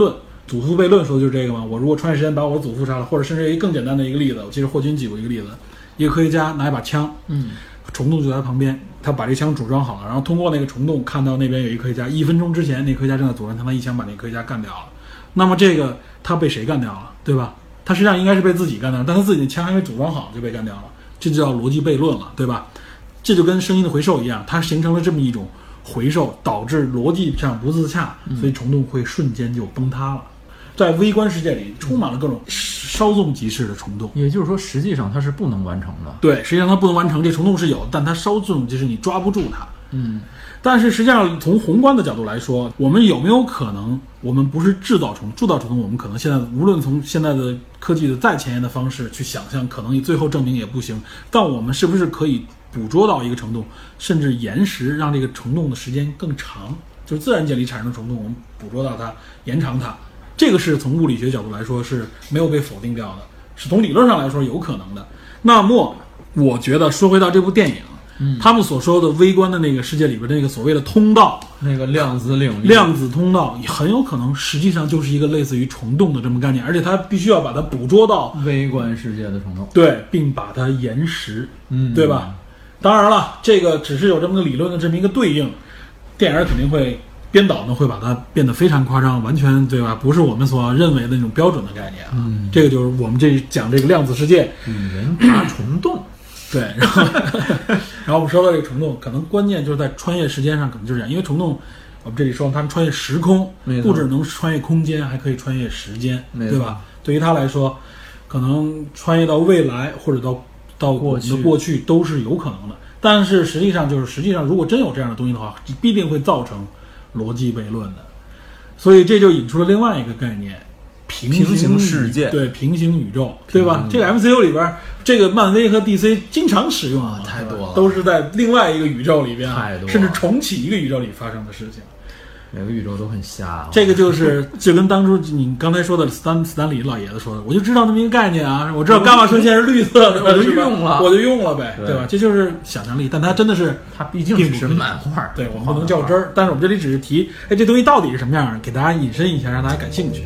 祖父悖论说的就是这个嘛。我如果穿越时间把我的祖父杀了，或者甚至有一个更简单的一个例子，我记得霍金举过一个例子，一个科学家拿一把枪， 嗯， 虫洞就在旁边，他把这枪组装好了，然后通过那个虫洞看到那边有一科学家，一分钟之前那科学家正在组装枪，他一枪把那科学家干掉了。那么这个他被谁干掉了，对吧？他实际上应该是被自己干掉，但他自己的枪还没组装好就被干掉了，这就叫逻辑悖论了，对吧？这就跟声音的回授一样，它形成了这么一种回授，导致逻辑上不自洽，所以虫洞会瞬间就崩塌了。在微观世界里充满了各种稍纵即逝的虫洞， 也就是说实际上它是不能完成的。 对，实际上它不能完成，这虫洞是有，但它稍纵即逝，你抓不住它。 嗯， 但是实际上从宏观的角度来说，我们有没有可能，我们不是制造虫，制造虫洞，我们可能现在无论从现在的科技的再前沿的方式去想象，可能最后证明也不行。但我们是不是可以捕捉到一个虫洞，甚至延时，让这个虫洞的时间更长？就是自然界里产生的虫洞，我们捕捉到它，延长它，这个是从物理学角度来说是没有被否定掉的，是从理论上来说有可能的。那么我觉得说回到这部电影，嗯，他们所说的微观的那个世界里边的那个所谓的通道， 那个量子领域， 量子通道很有可能实际上就是一个类似于虫洞的这么概念，而且它必须要把它捕捉到微观世界的虫洞， 对，并把它延时， 嗯， 对吧？当然了，这个只是有这么个理论的这么一个对应，电影肯定会编导呢会把它变得非常夸张，完全对吧？不是我们所认为的那种标准的概念啊。嗯，这个就是我们这讲这个量子世界， 与人爬虫洞。 对，然后然后我们说到这个虫洞，可能关键就是在穿越时间上，可能就是这样，因为虫洞，我们这里说他们穿越时空，不只能穿越空间，还可以穿越时间，对吧？对于他来说，可能穿越到未来或者到到我们的过去都是有可能的。但是实际上就是，实际上如果真有这样的东西的话，必定会造成逻辑悖论的。所以这就引出了另外一个概念。平行, 平行世界， 对，平行宇宙，对吧？这个 M C U 里边，这个漫威和 D C 经常使用啊， 太多了， 都是在另外一个宇宙里边， 太多了， 甚至重启一个宇宙里发生的事情。 每个宇宙都很瞎。 这个就是就跟当初你刚才说的斯丹斯丹李老爷子说的，我就知道那么一个概念啊，我知道伽马射线是绿色的， 我就用了， 我就用了呗，对吧？这就是想象力，但它真的是， 它毕竟只是漫画， 对我们不能较真儿。但是我们这里只是提，哎，这东西到底是什么样，给大家引申一下，让大家感兴趣。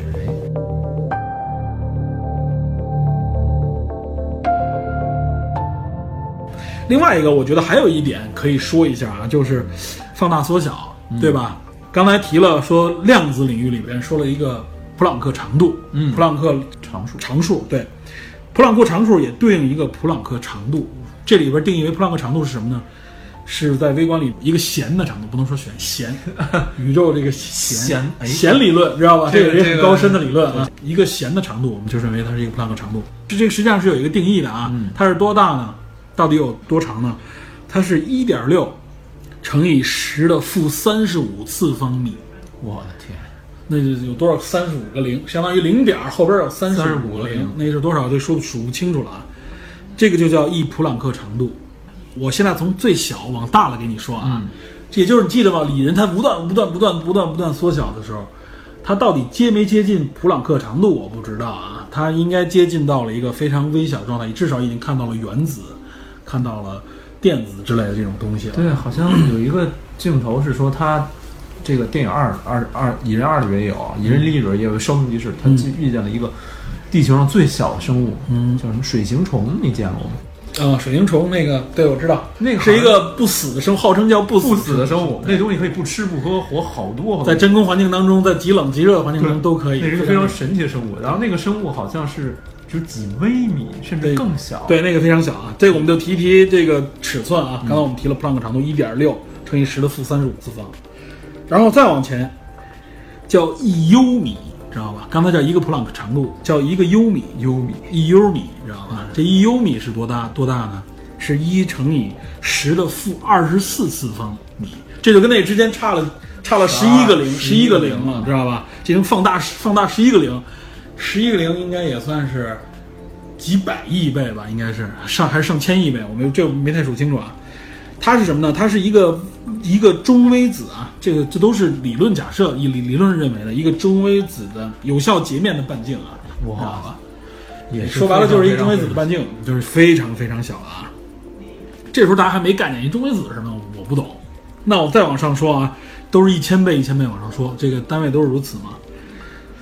另外一个，我觉得还有一点可以说一下啊，就是放大缩小，对吧？嗯、刚才提了说量子领域里边说了一个普朗克长度， 嗯， 普朗克常数， 常数，对，普朗克常数也对应一个普朗克长度。这里边定义为普朗克长度是什么呢？是在微观里一个弦的长度，不能说弦，弦，宇宙这个弦弦理论，知道吧？这个也很高深的理论啊。一个弦的长度，我们就认为它是一个普朗克长度。这这个实际上是有一个定义的啊， 嗯、 它是多大呢？到底有多长呢？它是 一点六 乘以十的负三十五次方米。 我的天， 那就有多少？三十五个零，相当于零点后边有三十五个零，那是多少？这说数不清楚了啊。这个就叫一普朗克长度。我现在从最小往大了给你说啊， 嗯、 也就是你记得吗？理人它不断不断不断不断不断缩小的时候，它到底接没接近普朗克长度我不知道啊。它应该接近到了一个非常微小状态，至少已经看到了原子，看到了电子之类的这种东西了。 对，好像有一个镜头是说它这个电影二二二蚁人二里面也有，蚁人里里边也有稍纵即逝，它遇见了一个地球上最小的生物，嗯，叫什么水行虫，你见过吗？ 啊、呃，水行虫那个，对，我知道， 那个是一个不死的生物，号称叫不死不死的生物。那东西可以不吃不喝活好多，好多在真空环境当中，在极冷极热的环境中都可以。 那是个非常神奇的生物。然后那个生物好像是只有几微米，甚至更小。 对，对那个非常小啊。这个我们就提一提这个尺寸啊。刚才我们提了普朗克长度一点六乘以十的负三十五次方，然后再往前叫一优米。知道吧？刚才叫一个普朗克长度，叫一个优米， 优米一优米，知道吧？这一优米是多大？多大呢？是一乘以十的负二十四次方米，这就跟那之间差了差了十一个零，十一个零了，知道吧？这能放大放大十一个零，十一个零应该也算是几百亿倍吧？应该是上还是上千亿倍？我没这没太数清楚啊。它是什么呢？它是一个一个中微子啊，这个这都是理论假设，以理理论认为的一个中微子的有效截面的半径啊， 哇， 知道吧？ 也说白了就是一个中微子的半径，就是非常非常小的啊。这时候大家还没概念，一中微子是什么？我不懂。那我再往上说啊，都是一千倍一千倍往上说，这个单位都是如此嘛。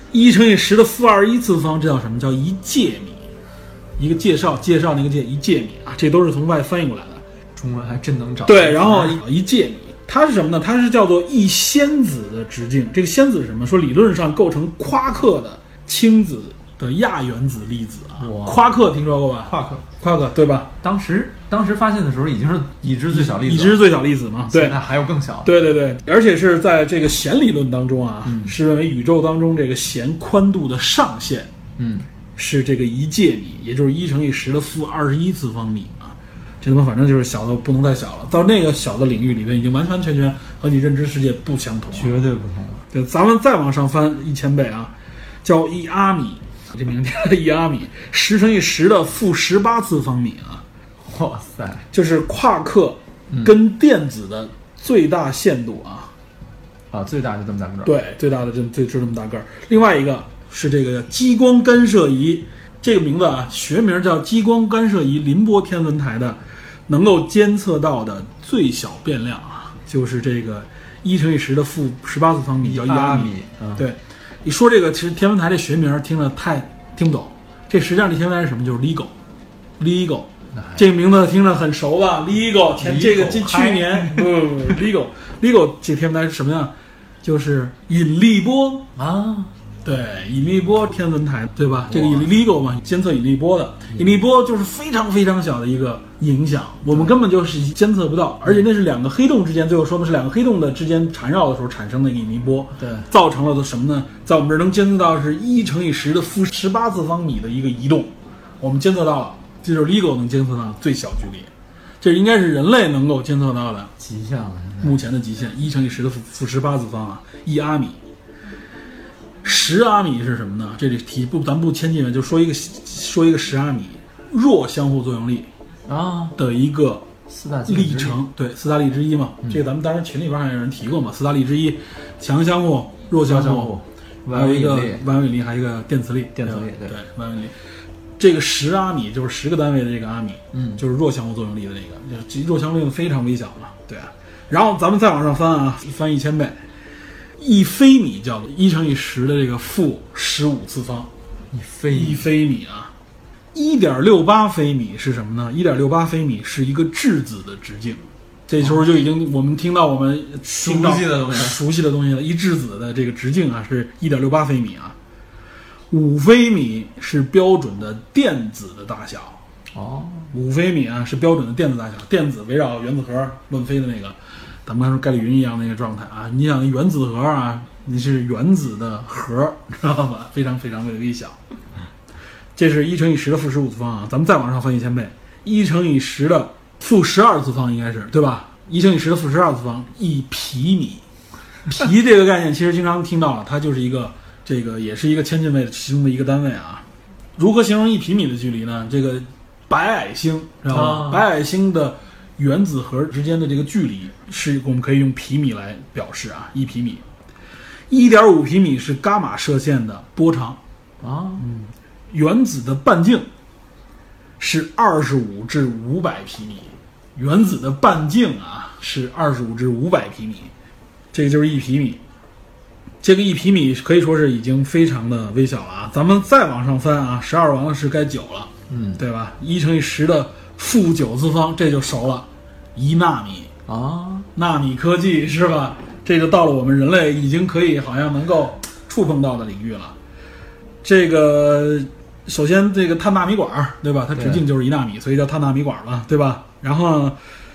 一乘以十的负二十一次方，这叫什么？叫一介米。一个介绍，介绍那个介，一介米啊，这都是从外翻译过来的。 中文还真能找。 对，然后一介米，它是什么呢？它是叫做一仙子的直径。这个仙子是什么？说理论上构成夸克的氢子的亚原子粒子啊。夸克听说过吧？ 夸克， 夸克对吧？ 当时当时发现的时候已经是已知最小粒子， 已知最小粒子嘛。对， 那还有更小。 对对对，而且是在这个弦理论当中啊， 嗯、 是认为宇宙当中这个弦宽度的上限， 嗯， 是这个一介米，也就是一乘以十的负二十一次方米啊。这他妈反正就是小的不能再小了，到那个小的领域里面，已经完完全全和你认知世界不相同了， 绝对不同了。 对，咱们再往上翻一千倍啊，叫一阿米，这名字叫一阿米，十乘以十的负十八次方米啊。 哇塞， 就是夸克跟电子的最大限度啊， 嗯、啊，最大就这么大个儿。 对，最大的就最就这么大个儿。另外一个是这个激光干涉仪，这个名字啊，学名叫激光干涉仪林波天文台的，能够监测到的最小变量啊，就是这个一乘以十的负十八次方米，叫一阿米。 嗯、 对，你说这个其实天文台这学名听着太听不懂，这实际上这天文台是什么？就是 LIGO，LIGO。这个名字听着很熟吧 ？LIGO， 前这个这去年不不不 ，LIGO LIGO 这天文台是什么呀？就是引力波啊， 对，引力波天文台对吧？这个引力 LIGO 嘛，监测引力波的，引力波就是非常非常小的一个影响，我们根本就是监测不到，而且那是两个黑洞之间，最后说的是两个黑洞的之间缠绕的时候产生的一个引力波， 对，造成了的什么呢？在我们这儿能监测到是一乘以十的负十八次方米的一个移动，我们监测到了。这就是 LIGO 能监测到的最小距离，这应该是人类能够监测到的极限了。 目前的极限，一乘以十的负负十八次方啊，一阿米。十阿米是什么呢？这里题不，咱不牵进来，就说一个说一个十阿米弱相互作用力啊的一个四大历程，对，四大力之一嘛。嗯、这个咱们当时群里边还有人提过嘛，四大力之一，强相互、弱相互，还有一个万有引力，还有一个电磁力， 电磁力对对万有引力。这个十阿米就是十个单位的这个阿米， 嗯， 就是弱相互作用力的这个，就是弱相互作用非常微小嘛，对啊。然后咱们再往上翻啊，翻一千倍，一菲米叫做一乘以十的这个负十五次方， 一菲一菲米啊，一点六八菲米是什么呢？一点六八菲米是一个质子的直径，这时候就已经我们听到我们熟悉的东西， 熟悉的东西了。一质子的这个直径啊是一点六八菲米啊。五菲米是标准的电子的大小哦， 五菲米啊是标准的电子大小，电子围绕原子核乱飞的那个，咱们刚说概率云一样的那个状态啊。你想原子核啊，你是原子的核，知道吧？非常非常的微小。这是一乘以十的负十五次方啊，咱们再往上翻一千倍，一乘以十的负十二次方应该是对吧？一乘以十的负十二次方，一皮米。皮这个概念其实经常听到了，它就是一个。这个也是一个千进位的其中的一个单位啊。如何形容一皮米的距离呢？这个白矮星知道吧？啊、白矮星的原子核之间的这个距离是我们可以用皮米来表示啊，一皮米。一点五皮米是伽马射线的波长啊， 嗯，原子的半径是二十五至五百皮米，原子的半径啊是二十五至五百皮米，这个就是一皮米。这个一皮米可以说是已经非常的微小了啊！咱们再往上翻啊，十二王是该九了， 嗯， 对吧？一乘以十的负九次方，这就熟了，一纳米啊， 纳米科技是吧？这就到了我们人类已经可以好像能够触碰到的领域了。这个首先这个碳纳米管，对吧？它直径就是一纳米，所以叫碳纳米管了，对吧？然后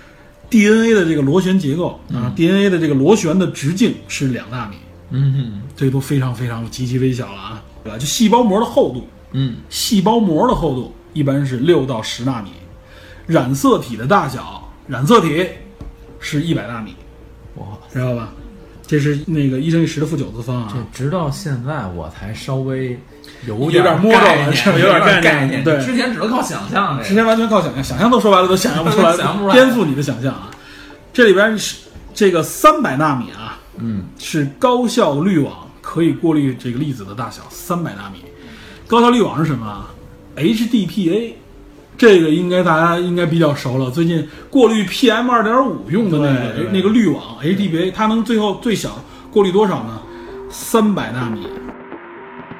D N A 的这个螺旋结构啊、嗯、，D N A 的这个螺旋的直径是两纳米。 嗯， 这都非常非常极其微小了啊，对吧？就细胞膜的厚度， 嗯， 细胞膜的厚度一般是六到十纳米，染色体的大小，染色体是一百纳米， 哇， 知道吧？这是那个一乘以十的负九次方啊。 这直到现在我才稍微有有点摸到了，是吧？有点概念， 概念对， 之前只能靠想象， 之前完全靠想象，想象都说白了都想象不出来， 想象不出来， 颠覆你的想象啊！这里边是这个三百纳米啊。 嗯， 是高效滤网可以过滤这个粒子的大小三百纳米。高效滤网是什么啊 ？H D P A， 这个应该大家应该比较熟了。最近过滤 P M 二点五 用的那个那个滤网 H D P A， 它能最后最小过滤多少呢？三百纳米。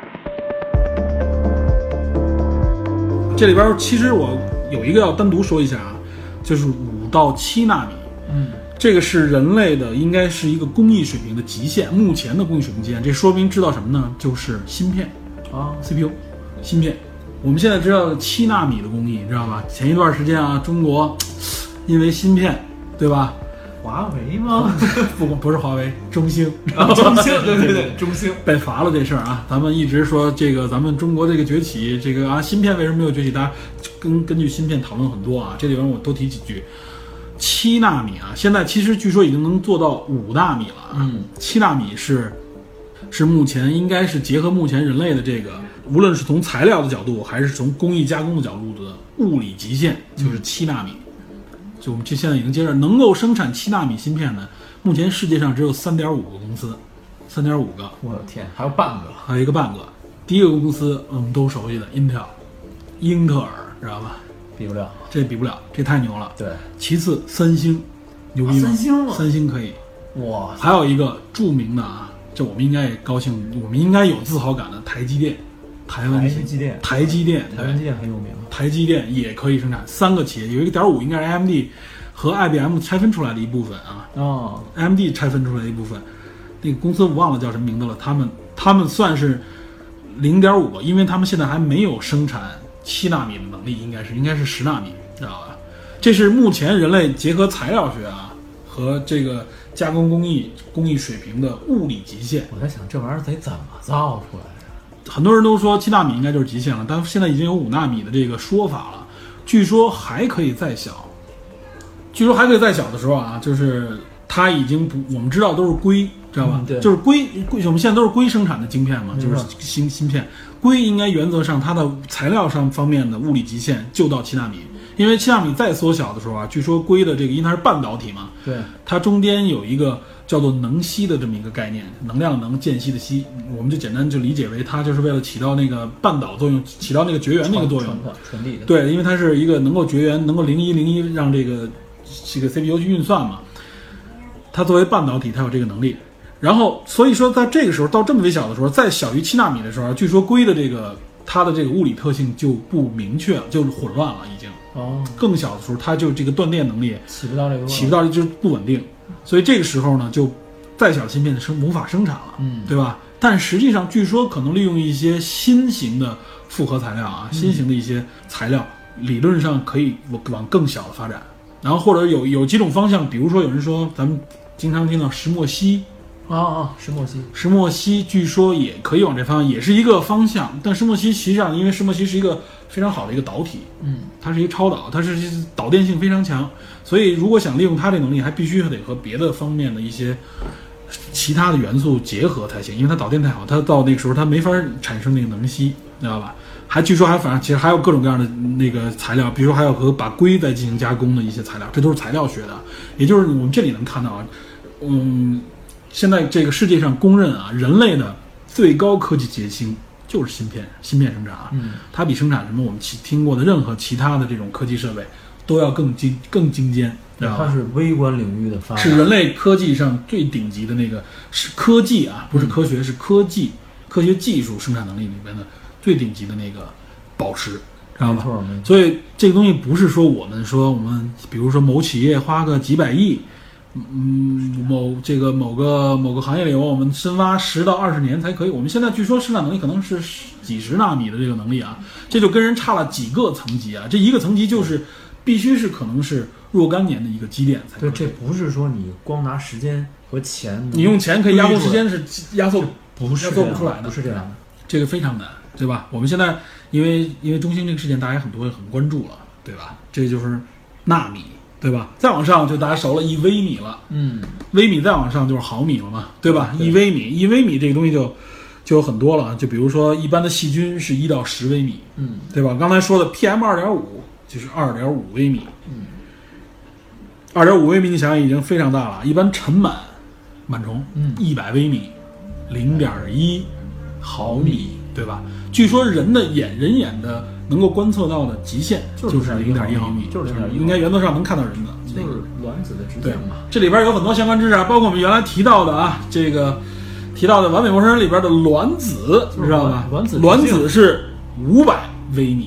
这里边其实我有一个要单独说一下啊，就是五到七纳米， 嗯， 这个是人类的应该是一个工艺水平的极限，目前的工艺水平极限。这说明知道什么呢？就是芯片啊 ，C P U， 芯片。我们现在知道七纳米的工艺，你知道吧？前一段时间啊，中国因为芯片，对吧？ 华为吗？ 不不是华为，中兴， 中兴，对对对，中兴被罚了这事儿啊。咱们一直说这个，咱们中国这个崛起，这个啊，芯片为什么没有崛起？大家根根据芯片讨论很多啊。这里边我多提几句。七纳米啊，现在其实据说已经能做到五纳米了啊。 嗯， 七纳米是是目前应该是结合目前人类的这个，无论是从材料的角度，还是从工艺加工的角度的物理极限，就是七纳米。就我们这现在已经接着能够生产七纳米芯片的，目前世界上只有三点五个公司，三点五个。 我的天，还有半个， 还有一个半个。第一个公司我们都熟悉的 Intel， 英特尔，知道吧？ 比不了， 这比不了，这太牛了。 对。 其次，三星，牛逼吗？ 啊、三星三星可以。 哇。 还有一个著名的啊，这我们应该也高兴，我们应该有自豪感的台积电。台湾台积电， 台积电， 台湾积电很有名。 台积电也可以生产三个企业，有一个点五应该是 A M D 和 I B M 拆分出来的一部分啊。 哦 ，A M D 拆分出来的一部分，那个公司我忘了叫什么名字了。他们他们算是零点五个，因为他们现在还没有生产七纳米的能力，应该是应该是十纳米，知道吧？这是目前人类结合材料学啊和这个加工工艺工艺水平的物理极限。 我在想这玩意儿得怎么造出来？ 很多人都说七纳米应该就是极限了，但现在已经有五纳米的这个说法了，据说还可以再小。据说还可以再小的时候啊，就是它已经不，我们知道都是硅，知道吧？ 嗯、对， 就是硅硅，我们现在都是硅生产的晶片嘛，就是芯芯片。硅应该原则上它的材料上方面的物理极限就到七纳米，因为七纳米再缩小的时候啊，据说硅的这个，因为它是半导体嘛， 对， 它中间有一个叫做能吸的这么一个概念，能量能间隙的隙，我们就简单就理解为它就是为了起到那个半导作用，起到那个绝缘那个作用， 传递的。 对，因为它是一个能够绝缘，能够零一零一让这个这个 C P U 去运算嘛。它作为半导体，它有这个能力。然后，所以说在这个时候到这么微小的时候，再小于七纳米的时候，据说硅的这个它的这个物理特性就不明确了，就混乱了已经。 哦， 更小的时候，它就这个断电能力起不到这个， 起不到就是不稳定。所以这个时候呢，就再小的芯片是无法生产了， 嗯， 对吧？但实际上，据说可能利用一些新型的复合材料啊，新型的一些材料，嗯、理论上可以往更小的发展。然后或者有有几种方向，比如说有人说，咱们经常听到石墨烯。 啊啊，石墨烯， 石墨烯据说也可以往这方向，也是一个方向。但石墨烯实际上，因为石墨烯是一个非常好的一个导体， 嗯， 它是一个超导，它是导电性非常强，所以如果想利用它这能力，还必须得和别的方面的一些其他的元素结合才行，因为它导电太好，它到那个时候它没法产生那个能烯，知道吧？还据说还反正其实还有各种各样的那个材料，比如说还有和把硅再进行加工的一些材料，这都是材料学的，也就是我们这里能看到啊，嗯。现在这个世界上公认啊，人类的最高科技结晶就是芯片，芯片生产啊， 嗯， 它比生产什么我们其听过的任何其他的这种科技设备都要更精更精尖，对吧？ 它是微观领域的发展， 是人类科技上最顶级的那个是科技啊，不是科学，嗯、是科技科学技术生产能力里面的最顶级的那个宝石，知道吧？所以这个东西不是说我们说我们比如说某企业花个几百亿。嗯，某这个某个某个行业里，我们深挖十到二十年才可以。我们现在据说生产能力可能是几十纳米的这个能力啊，这就跟人差了几个层级啊。这一个层级就是必须是可能是若干年的一个积淀才可以。 对，这不是说你光拿时间和钱， 你用钱可以压缩时间，是压缩不是压缩不出来的， 不是这样的。 这个非常难，对吧？我们现在因为因为中兴这个事件，大家很多很关注了，对吧？这就是纳米。对吧？再往上就大家熟了，一微米了。 嗯， 微米再往上就是毫米了嘛，对吧？ 对一微米，一微米这个东西就就有很多了。就比如说，一般的细菌是一到十微米， 嗯， 对吧？刚才说的 P M 二点五就是二点五微米， 嗯， 二点五微米你想想已经非常大了。一般尘螨螨虫， 嗯， 一百微米，零点一毫米，对吧？据说人的眼人眼的。能够观测到的极限就是零点一毫米， 就是应该原则上能看到人的， 就是卵子的直径嘛。 这里边有很多相关知识啊，包括我们原来提到的啊，这个提到的《完美陌生人》里边的卵子，知道吧？ 卵子卵子是五百微米，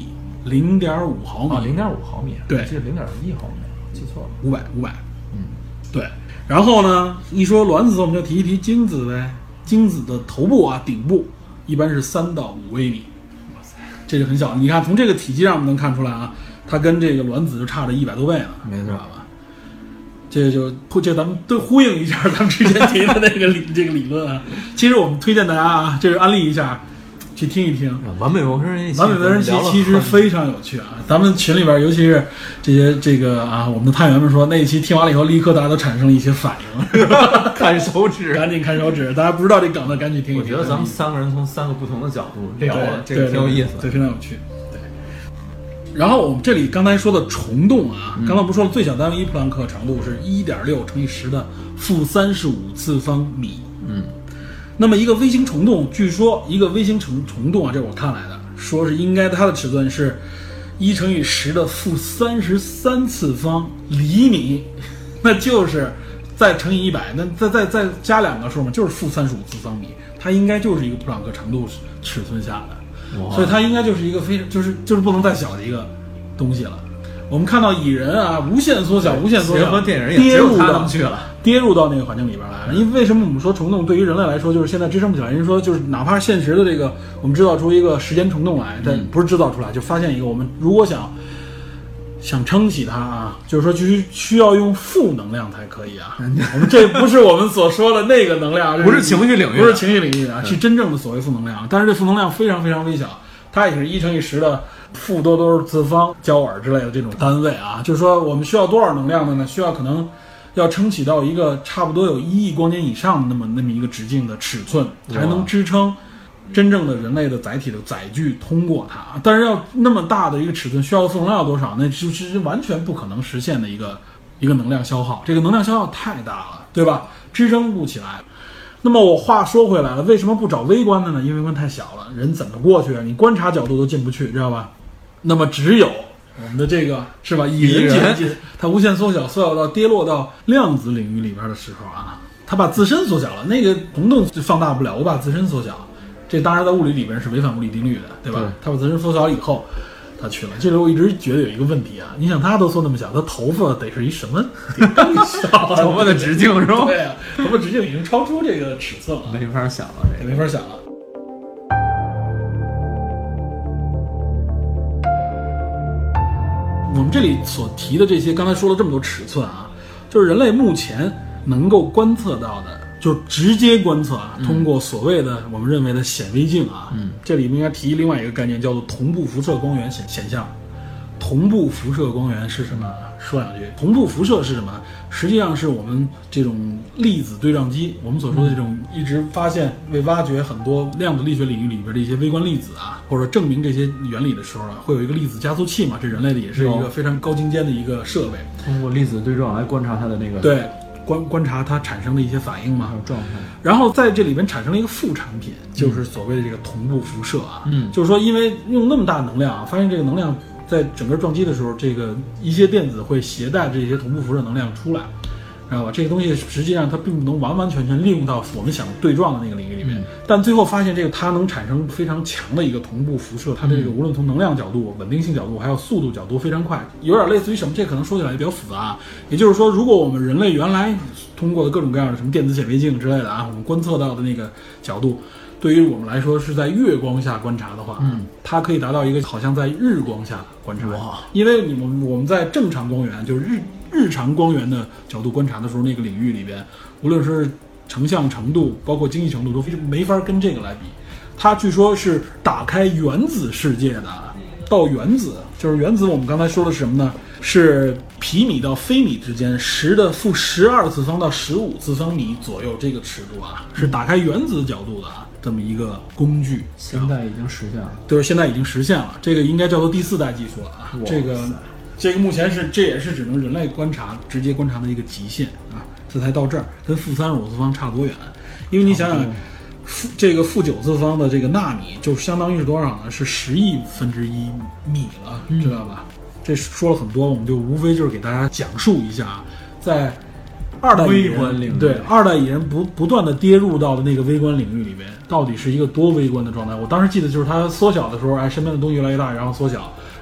零点五毫米， 啊，零点五毫米， 对， 这是零点一毫米，记错了， 五百五百， 嗯， 对。然后呢，一说卵子，我们就提一提精子呗。精子的头部啊，顶部一般是三到五微米，哇塞，这就很小。你看从这个体积上我们能看出来啊，它跟这个卵子就差着一百多倍呢， 没错吧？这就这咱们都呼应一下咱们之前提的那个理这个理论啊。其实我们推荐大家啊，这是安利一下，去听一听。 完美模式那期， 完美模式其实非常有趣啊。咱们群里边，尤其是这些这个啊，我们的探员们说，那一期听完了以后，立刻大家都产生了一些反应， 看手指， 赶紧看手指。大家不知道这梗的，赶紧听一听。 我觉得咱们三个人从三个不同的角度聊了，这个挺有意思的， 对，非常有趣。对。然后我们这里刚才说的虫洞啊， 嗯、 刚才我们说了最小单位一普朗克长度是一点六乘以十的负三十五次方米。 嗯。 那么一个微型虫洞，据说一个微型虫虫洞啊，这是我看来的，说是应该它的尺寸是一乘以十的负三十三次方厘米，那就是再乘以一百，那再再再加两个数嘛，就是负三十五次方米，它应该就是一个普朗克长度尺寸下的，所以它应该就是一个非就是就是不能再小的一个东西了。我们看到蚁人啊，无限缩小，无限缩小， 电影也只有他能去了， 跌入到那个环境里边来了。因为为什么我们说虫洞对于人类来说，就是现在支撑不起来？人说就是哪怕现实的这个，我们制造出一个时间虫洞来，但不是制造出来，就发现一个，我们如果想想撑起它啊，就是说需需要用负能量才可以啊。我们这不是我们所说的那个能量， 不是情绪领域， 不是情绪领域啊，是真正的所谓负能量。但是这负能量非常非常微小，它也是一乘以十的负多多次方焦耳之类的这种单位啊。就是说我们需要多少能量的呢？需要可能要撑起到一个差不多有一亿光年以上的那么那么一个直径的尺寸，才能支撑真正的人类的载体的载具通过它。但是要那么大的一个尺寸，需要的负能量有多少？那就是完全不可能实现的一个一个能量消耗。这个能量消耗太大了，对吧？支撑不起来。那么我话说回来了，为什么不找微观的呢？因为微观太小了，人怎么过去啊？你观察角度都进不去，知道吧？那么只有我们的这个是吧？蚁人进，它无限缩小，缩小到跌落到量子领域里边的时候啊，它把自身缩小了。那个虫洞就放大不了，我把自身缩小，这当然在物理里边是违反物理定律的，对吧？对，它把自身缩小以后，它去了。这里我一直觉得有一个问题啊，你想它都缩那么小，它头发得是一什么更小？ 头发的直径是吧？ 对啊，头发直径已经超出这个尺寸了， 没法想了，这个没法想了。我们这里所提的这些，刚才说了这么多尺寸啊，就是人类目前能够观测到的，就是直接观测啊，通过所谓的我们认为的显微镜啊， 嗯， 这里面应该提另外一个概念，叫做同步辐射光源显现象。同步辐射光源是什么？说两句。同步辐射是什么？实际上是我们这种粒子对撞机，我们所说的这种一直发现、为挖掘很多量子力学领域里边的一些微观粒子啊，或者证明这些原理的时候啊，会有一个粒子加速器嘛。这人类的也是一个非常高精尖的一个设备， 通过粒子对撞来观察它的那个对观观察它产生的一些反应嘛， 状态。 然后在这里面产生了一个副产品，就是所谓的这个同步辐射啊， 嗯， 就是说因为用那么大能量啊，发现这个能量在整个撞击的时候，这个一些电子会携带这些同步辐射能量出来，知道吧？这个东西实际上它并不能完完全全利用到我们想对撞的那个领域里面，嗯、但最后发现这个它能产生非常强的一个同步辐射，它这个无论从能量角度、稳定性角度还有速度角度非常快，有点类似于什么？这可能说起来比较复杂啊。也就是说，如果我们人类原来通过的各种各样的什么电子显微镜之类的啊，我们观测到的那个角度，对于我们来说是在月光下观察的话， 嗯， 它可以达到一个好像在日光下观察。哇！因为你们我们在正常光源，就是日日常光源的角度观察的时候，那个领域里边，无论是成像程度，包括精细程度，都非常没法跟这个来比。它据说是打开原子世界的，到原子就是原子，我们刚才说的是什么呢？是皮米到非米之间十的负十二次方到十五次方米左右这个尺度啊，是打开原子角度的这么一个工具。 现在已经实现了， 对，现在已经实现了，这个应该叫做第四代技术了啊。这个这个目前是这也是只能人类观察直接观察的一个极限啊，这才到这儿，跟负三十五次方差多远？因为你想想。负这个负九次方的这个纳米，就相当于是多少呢？是十亿分之一米了， 嗯、 知道吧？这说了很多，我们就无非就是给大家讲述一下，在二代微观领域， 对二代蚁人不不断的跌入到的那个微观领域里边，到底是一个多微观的状态？我当时记得就是它缩小的时候，哎，身边的东西越来越大，然后缩小，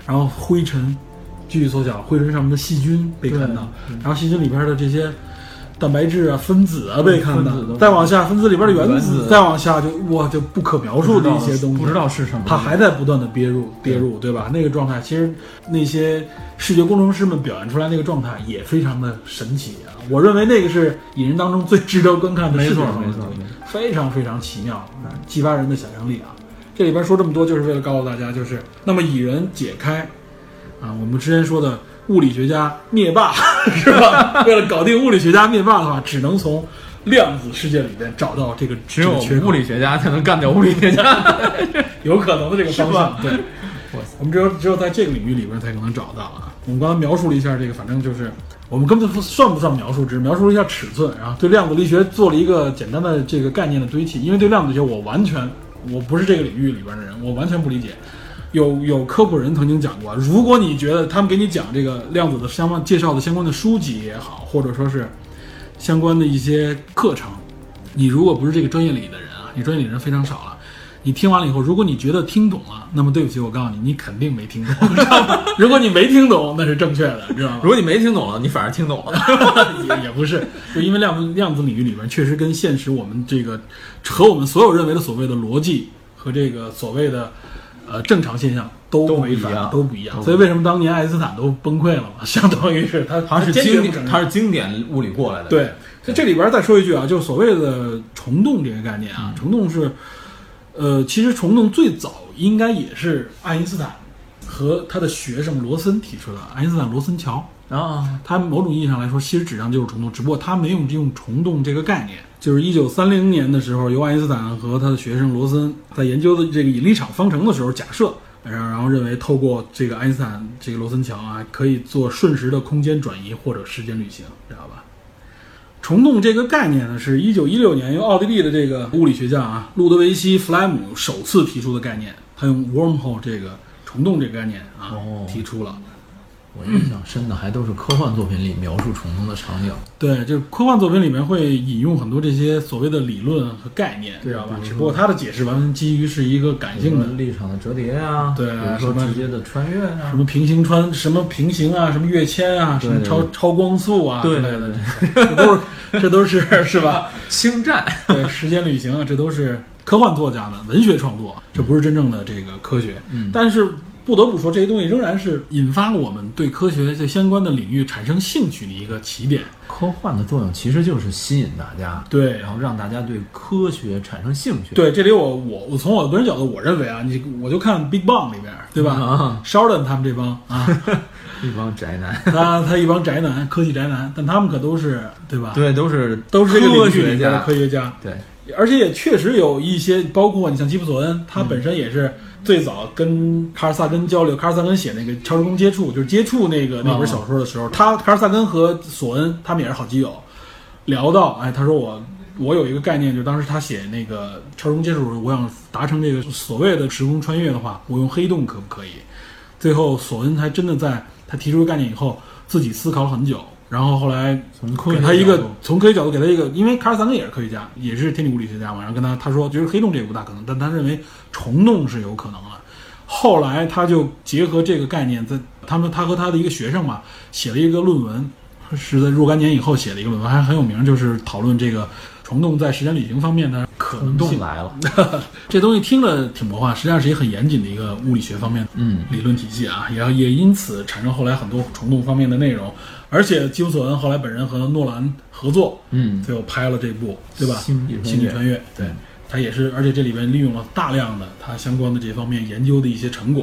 然后灰尘剧缩小，灰尘上面的细菌被看到，然后细菌里边的这些蛋白质啊、分子啊被看到，再往下分子里边的原子， 原子再往下就哇就不可描述的一些东西， 不知道是什么， 它还在不断的憋入憋入，对吧？那个状态，其实那些视觉工程师们表现出来那个状态也非常的神奇啊！我认为那个是蚁人当中最值得观看的视觉方面的东西，非常非常奇妙，激发人的想象力啊！这里边说这么多，就是为了告诉大家，就是那么蚁人解开啊，我们之前说的物理学家灭霸是吧？为了搞定物理学家灭霸的话，只能从量子世界里边找到这个只有物理学家才能干掉物理学家， 有可能的这个方向。对，我们只有只有在这个领域里边才可能找到啊。我们刚才描述了一下这个，反正就是我们根本算不上描述，只是描述了一下尺寸，然后对量子力学做了一个简单的这个概念的堆砌。因为对量子力学我完全我不是这个领域里边的人，我完全不理解。有有科普人曾经讲过，如果你觉得他们给你讲这个量子的相关介绍的相关的书籍也好，或者说是相关的一些课程，你如果不是这个专业里的人啊，你专业里人非常少了，你听完了以后，如果你觉得听懂了，那么对不起，我告诉你，你肯定没听懂，知道吗？如果你没听懂，那是正确的，知道吗？ 如果你没听懂了，你反而听懂了， 也也不是，就因为量子量子领域里面确实跟现实我们这个和我们所有认为的所谓的逻辑和这个所谓的呃正常现象都违反，都不一样。所以为什么当年爱因斯坦都崩溃了嘛？相当于是他他是经典，他是经典物理过来的。 对，所以这里边再说一句啊，就所谓的虫洞这个概念啊，虫洞是。呃，其实虫洞最早应该也是爱因斯坦和他的学生罗森提出的，爱因斯坦罗森桥啊， 他某种意义上来说，其实指上就是虫洞，只不过他没有用虫洞这个概念。就是一九三零年的时候，由爱因斯坦和他的学生罗森在研究的这个引力场方程的时候假设，然后然后认为透过这个爱因斯坦这个罗森桥啊，可以做瞬时的空间转移或者时间旅行，知道吧？虫洞这个概念呢，是一九一六年由奥地利的这个物理学家啊路德维希·弗莱姆首次提出的概念。他用 wormhole 这个虫洞这个概念啊、哦、提出了。 我印象深的还都是科幻作品里描述虫洞的场景。 对，就是科幻作品里面会引用很多这些所谓的理论和概念，知道吧？只不过它的解释完全基于是一个感性的立场的折叠啊， 对， 比如说直接的穿越啊， 什么平行穿，什么平行啊，什么跃迁啊，什么超超光速啊， 对对对，这都是这都是是吧？ 星战， 对，时间旅行啊，这都是科幻作家的文学创作，这不是真正的这个科学。 嗯， 但是不得不说，这些东西仍然是引发了我们对科学这相关的领域产生兴趣的一个起点。 科幻的作用其实就是吸引大家， 对， 然后让大家对科学产生兴趣。 对，这里我我我从我个人角度，我认为啊，你我就看 Big Bang 里边，对吧？啊 Sheldon 他们这帮啊， 一帮宅男， 他他一帮宅男，科技宅男，但他们可都是对吧？ 对，都是都是这个领域里边的科学家。 对。 而且也确实有一些，包括你像基普索恩，他本身也是最早跟卡尔萨根交流。卡尔萨根写那个《超时空接触》，就是接触那个那本小说的时候，他卡尔萨根和索恩他们也是好基友。聊到，哎，他说我我有一个概念，就是当时他写那个《超时空接触》的时候，我想达成这个所谓的时空穿越的话，我用黑洞可不可以？最后索恩还真的在他提出概念以后，自己思考了很久。然后后来给他一个从科学角度给他一个，因为卡尔萨根也是科学家，也是天体物理学家嘛，然后跟他他说，觉得黑洞这个不大可能，但他认为虫洞是有可能的。后来他就结合这个概念，在他们他和他的一个学生嘛，写了一个论文，是在若干年以后写的一个论文，还很有名，就是讨论这个虫洞在时间旅行方面的可能性。 来了， 这东西听着挺魔幻，实际上是一个很严谨的一个物理学方面的理论体系啊，也也因此产生后来很多虫洞方面的内容。而且基普索恩后来本人和诺兰合作， 嗯， 最后拍了这部，对吧？ 星际穿越，对，他也是，而且这里边利用了大量的他相关的这方面研究的一些成果。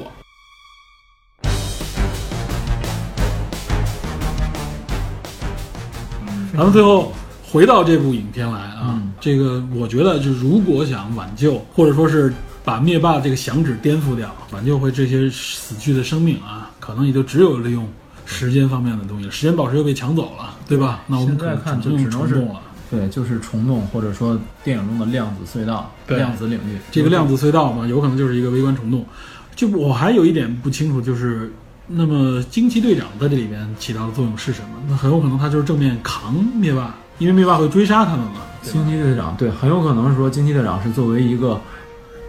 咱们最后回到这部影片来啊， 嗯、 这个我觉得，就如果想挽救，或者说是把灭霸这个响指颠覆掉，挽救回这些死去的生命啊，可能也就只有利用时间方面的东西，时间宝石又被抢走了，对吧？那我们现在看就只能是对，就是虫洞，或者说电影中的量子隧道、量子领域。 这个量子隧道嘛，有可能就是一个微观虫洞。就我还有一点不清楚，就是那么惊奇队长在这里边起到的作用是什么？那很有可能他就是正面扛灭霸，因为灭霸会追杀他们嘛。 惊奇队长对，很有可能是说惊奇队长是作为一个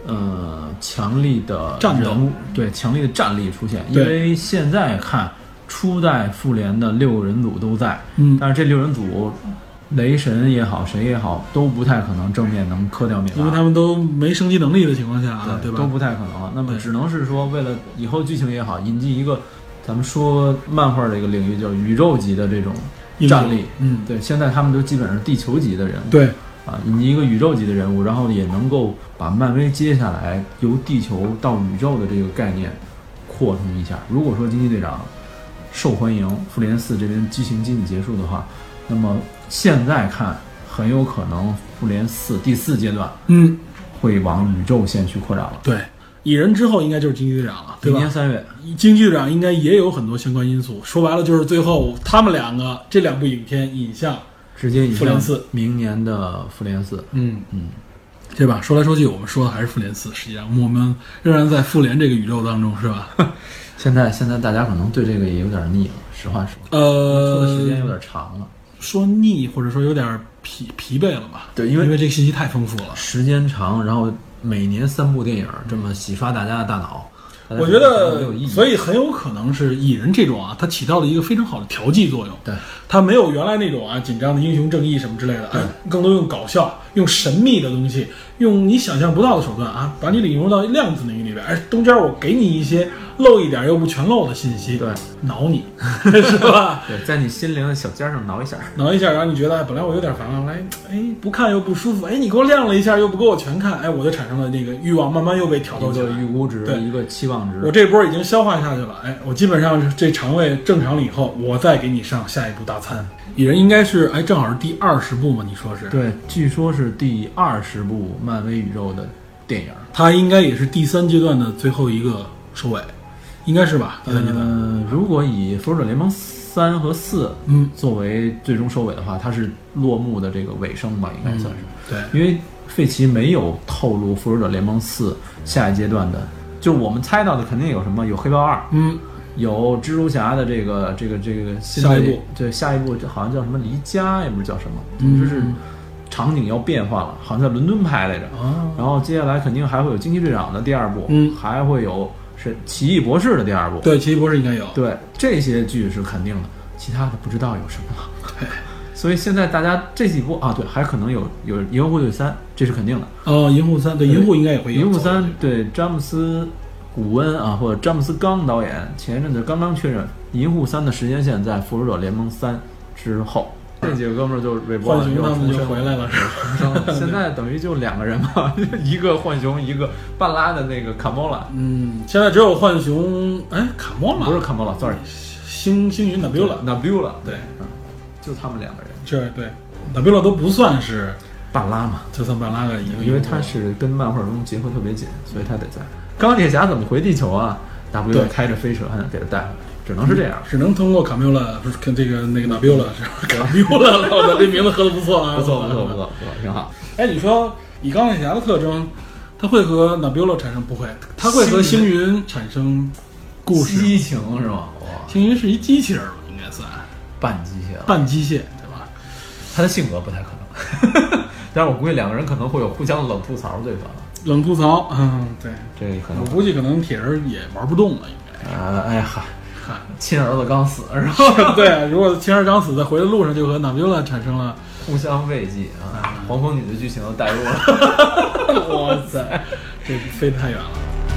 呃强力的战斗人物，对强力的战力出现。因对为现在看初代复联的六人组都在， 嗯， 但是这六人组，雷神也好，谁也好，都不太可能正面能磕掉灭霸， 因为他们都没升级能力的情况下啊，对吧？ 都不太可能了。那么只能是说，为了以后剧情也好，引进一个咱们说漫画这个领域叫宇宙级的这种战力， 嗯， 对，现在他们都基本上是地球级的人物， 对啊，引进一个宇宙级的人物，然后也能够把漫威接下来由地球到宇宙的这个概念扩充一下。如果说惊奇队长受欢迎，复联四这边剧情仅仅结束的话，那么现在看很有可能复联四第四阶段， 嗯， 会往宇宙线去扩展了。 对，蚁人之后应该就是惊奇队长了，对吧？ 明年三月， 惊奇队长应该也有很多相关因素。说白了就是最后他们两个这两部影片引向直接引复联四， 明年的复联四。 嗯嗯， 对吧？说来说去，我们说的还是复联四，实际上我们仍然在复联这个宇宙当中，是吧？ 现在现在大家可能对这个也有点腻了，实话实说， 呃， 说的时间有点长了。 说腻或者说有点疲疲惫了吧？ 对，因为因为这个信息太丰富了， 时间长，然后每年三部电影这么洗刷大家的大脑， 我觉得，所以很有可能是蚁人这种啊，它起到了一个非常好的调剂作用。 对， 它没有原来那种啊紧张的英雄正义什么之类的，哎，更多用搞笑、用神秘的东西、用你想象不到的手段啊，把你引入到量子领域里边。哎，中间我给你一些漏一点又不全漏的信息， 对， 挠你，是吧？ 对，在你心灵的小尖上挠一下， 挠一下，然后你觉得哎，本来我有点烦了，来，哎，不看又不舒服，哎，你给我亮了一下，又不给我全看，哎，我就产生了那个欲望，慢慢又被挑逗起来， 一个预估值， 对， 一个期望值。 我这波已经消化下去了，哎，我基本上这肠胃正常了以后，我再给你上下一步大餐。蚁人应该是哎，正好是第二十部嘛？你说是？ 对，据说是第二十部漫威宇宙的电影， 它应该也是第三阶段的最后一个收尾，应该是吧？第三阶段。 嗯、呃，如果以复仇者联盟三和四嗯作为最终收尾的话，它是落幕的这个尾声吧，应该算是。 嗯、 对，因为费奇没有透露复仇者联盟四下一阶段的，就是我们猜到的肯定有什么，有黑豹二， 嗯。 有蜘蛛侠的这个这个这个下一步， 对下一步，这好像叫什么离家，也不是叫什么，总之是场景要变化了，好像在伦敦拍来着。 哦、 然后接下来肯定还会有惊奇队长的第二部， 嗯， 还会有是奇异博士的第二部。 对，奇异博士应该有。 对，这些剧是肯定的，其他的不知道有什么了。对，所以现在大家这几部啊，对，还可能有有银河护卫队三，这是肯定的。 哦，银护三，对，银护应该也会有。 银护三，对，詹姆斯。古恩啊，或者詹姆斯刚导演前一阵子刚刚确认《银护三》的时间线在《复仇者联盟三》之后，这几个哥们儿就韦伯浣熊他们就回来了，是吧？现在等于就两个人嘛，一个浣熊，一个半拉的那个卡莫拉。 嗯，现在只有浣熊，哎，卡莫拉不是卡莫拉 ，sorry， 星星云 Nebula，Nebula， 对，嗯，就他们两个人。 这对 Nebula 都不算是半拉嘛， 就算半拉的一个， 因为他是跟漫画中结合特别紧，所以他得在。钢铁侠怎么回地球啊 ？W 开着飞车给他带回来，只能是这样， 只能通过卡缪拉，不是跟这个那个 Nebula 是吧？卡缪拉了，我这名字喝的不错啊， 不错不错不错不错，挺好。 哎，你说以钢铁侠的特征，他会和 Nebula 产生不会？他会和星云产生故事激情是吗？哇， 星云是一机器人吧，应该算半机械， 半机械对吧？ 他的性格不太可能，但是我估计两个人可能会有互相冷吐槽对方。 冷吐槽，嗯，对， 这个可能我估计可能铁人也玩不动了，应该。 呃，哎呀，嗨， 嗨， 亲儿子刚死是吧？ 对，如果亲儿刚死，在回的路上就和 Nebula 产生了互相慰藉啊，黄蜂女的剧情都带入了。 哇塞，这飞得太远了。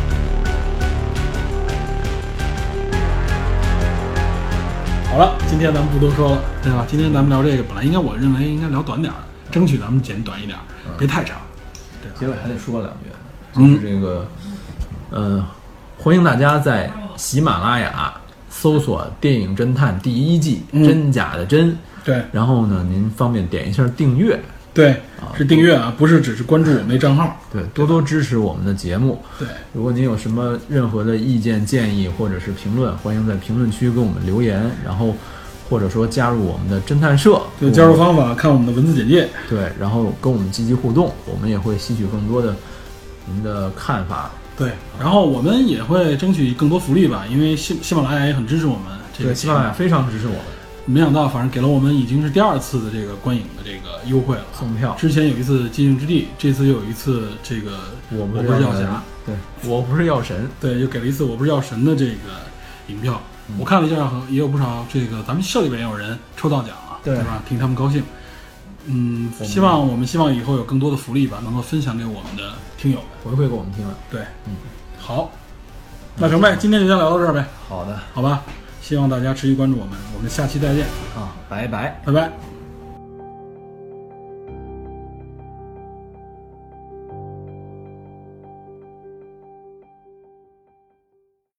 好了，今天咱们不多说了，对吧？今天咱们聊这个，本来应该我认为应该聊短点儿，争取咱们剪短一点，别太长。 结尾还得说两句，就是这个，呃，欢迎大家在喜马拉雅搜索《电影侦探》第一季， 嗯、 真假的真， 对。 然后呢，您方便点一下订阅， 对，是订阅啊，不是只是关注我们那账号， 对，多多支持我们的节目。 对， 如果您有什么任何的意见建议或者是评论，欢迎在评论区跟我们留言，然后。或者说加入我们的侦探社， 就加入方法看我们的文字简介， 对，然后跟我们积极互动，我们也会吸取更多的您的看法， 对，然后我们也会争取更多福利吧，因为喜喜马拉雅也很支持我们，这个对，喜马拉雅非常支持我们， 没想到反正给了我们已经是第二次的这个观影的这个优惠了， 送票。 之前有一次《寂静之地》，这次又有一次这个我不是药侠， 对，我不是药神， 对，又给了一次我不是药神的这个影票。嗯、我看了一下，也有不少这个咱们校里边也有人抽到奖了，对, 对吧？替他们高兴。嗯，希望我们希望以后有更多的福利吧，能够分享给我们的听友们， 回馈给我们听友。 对，嗯，好，那成呗，今天就先聊到这儿呗。 好的， 好吧，希望大家持续关注我们，我们下期再见啊，拜拜， 拜拜。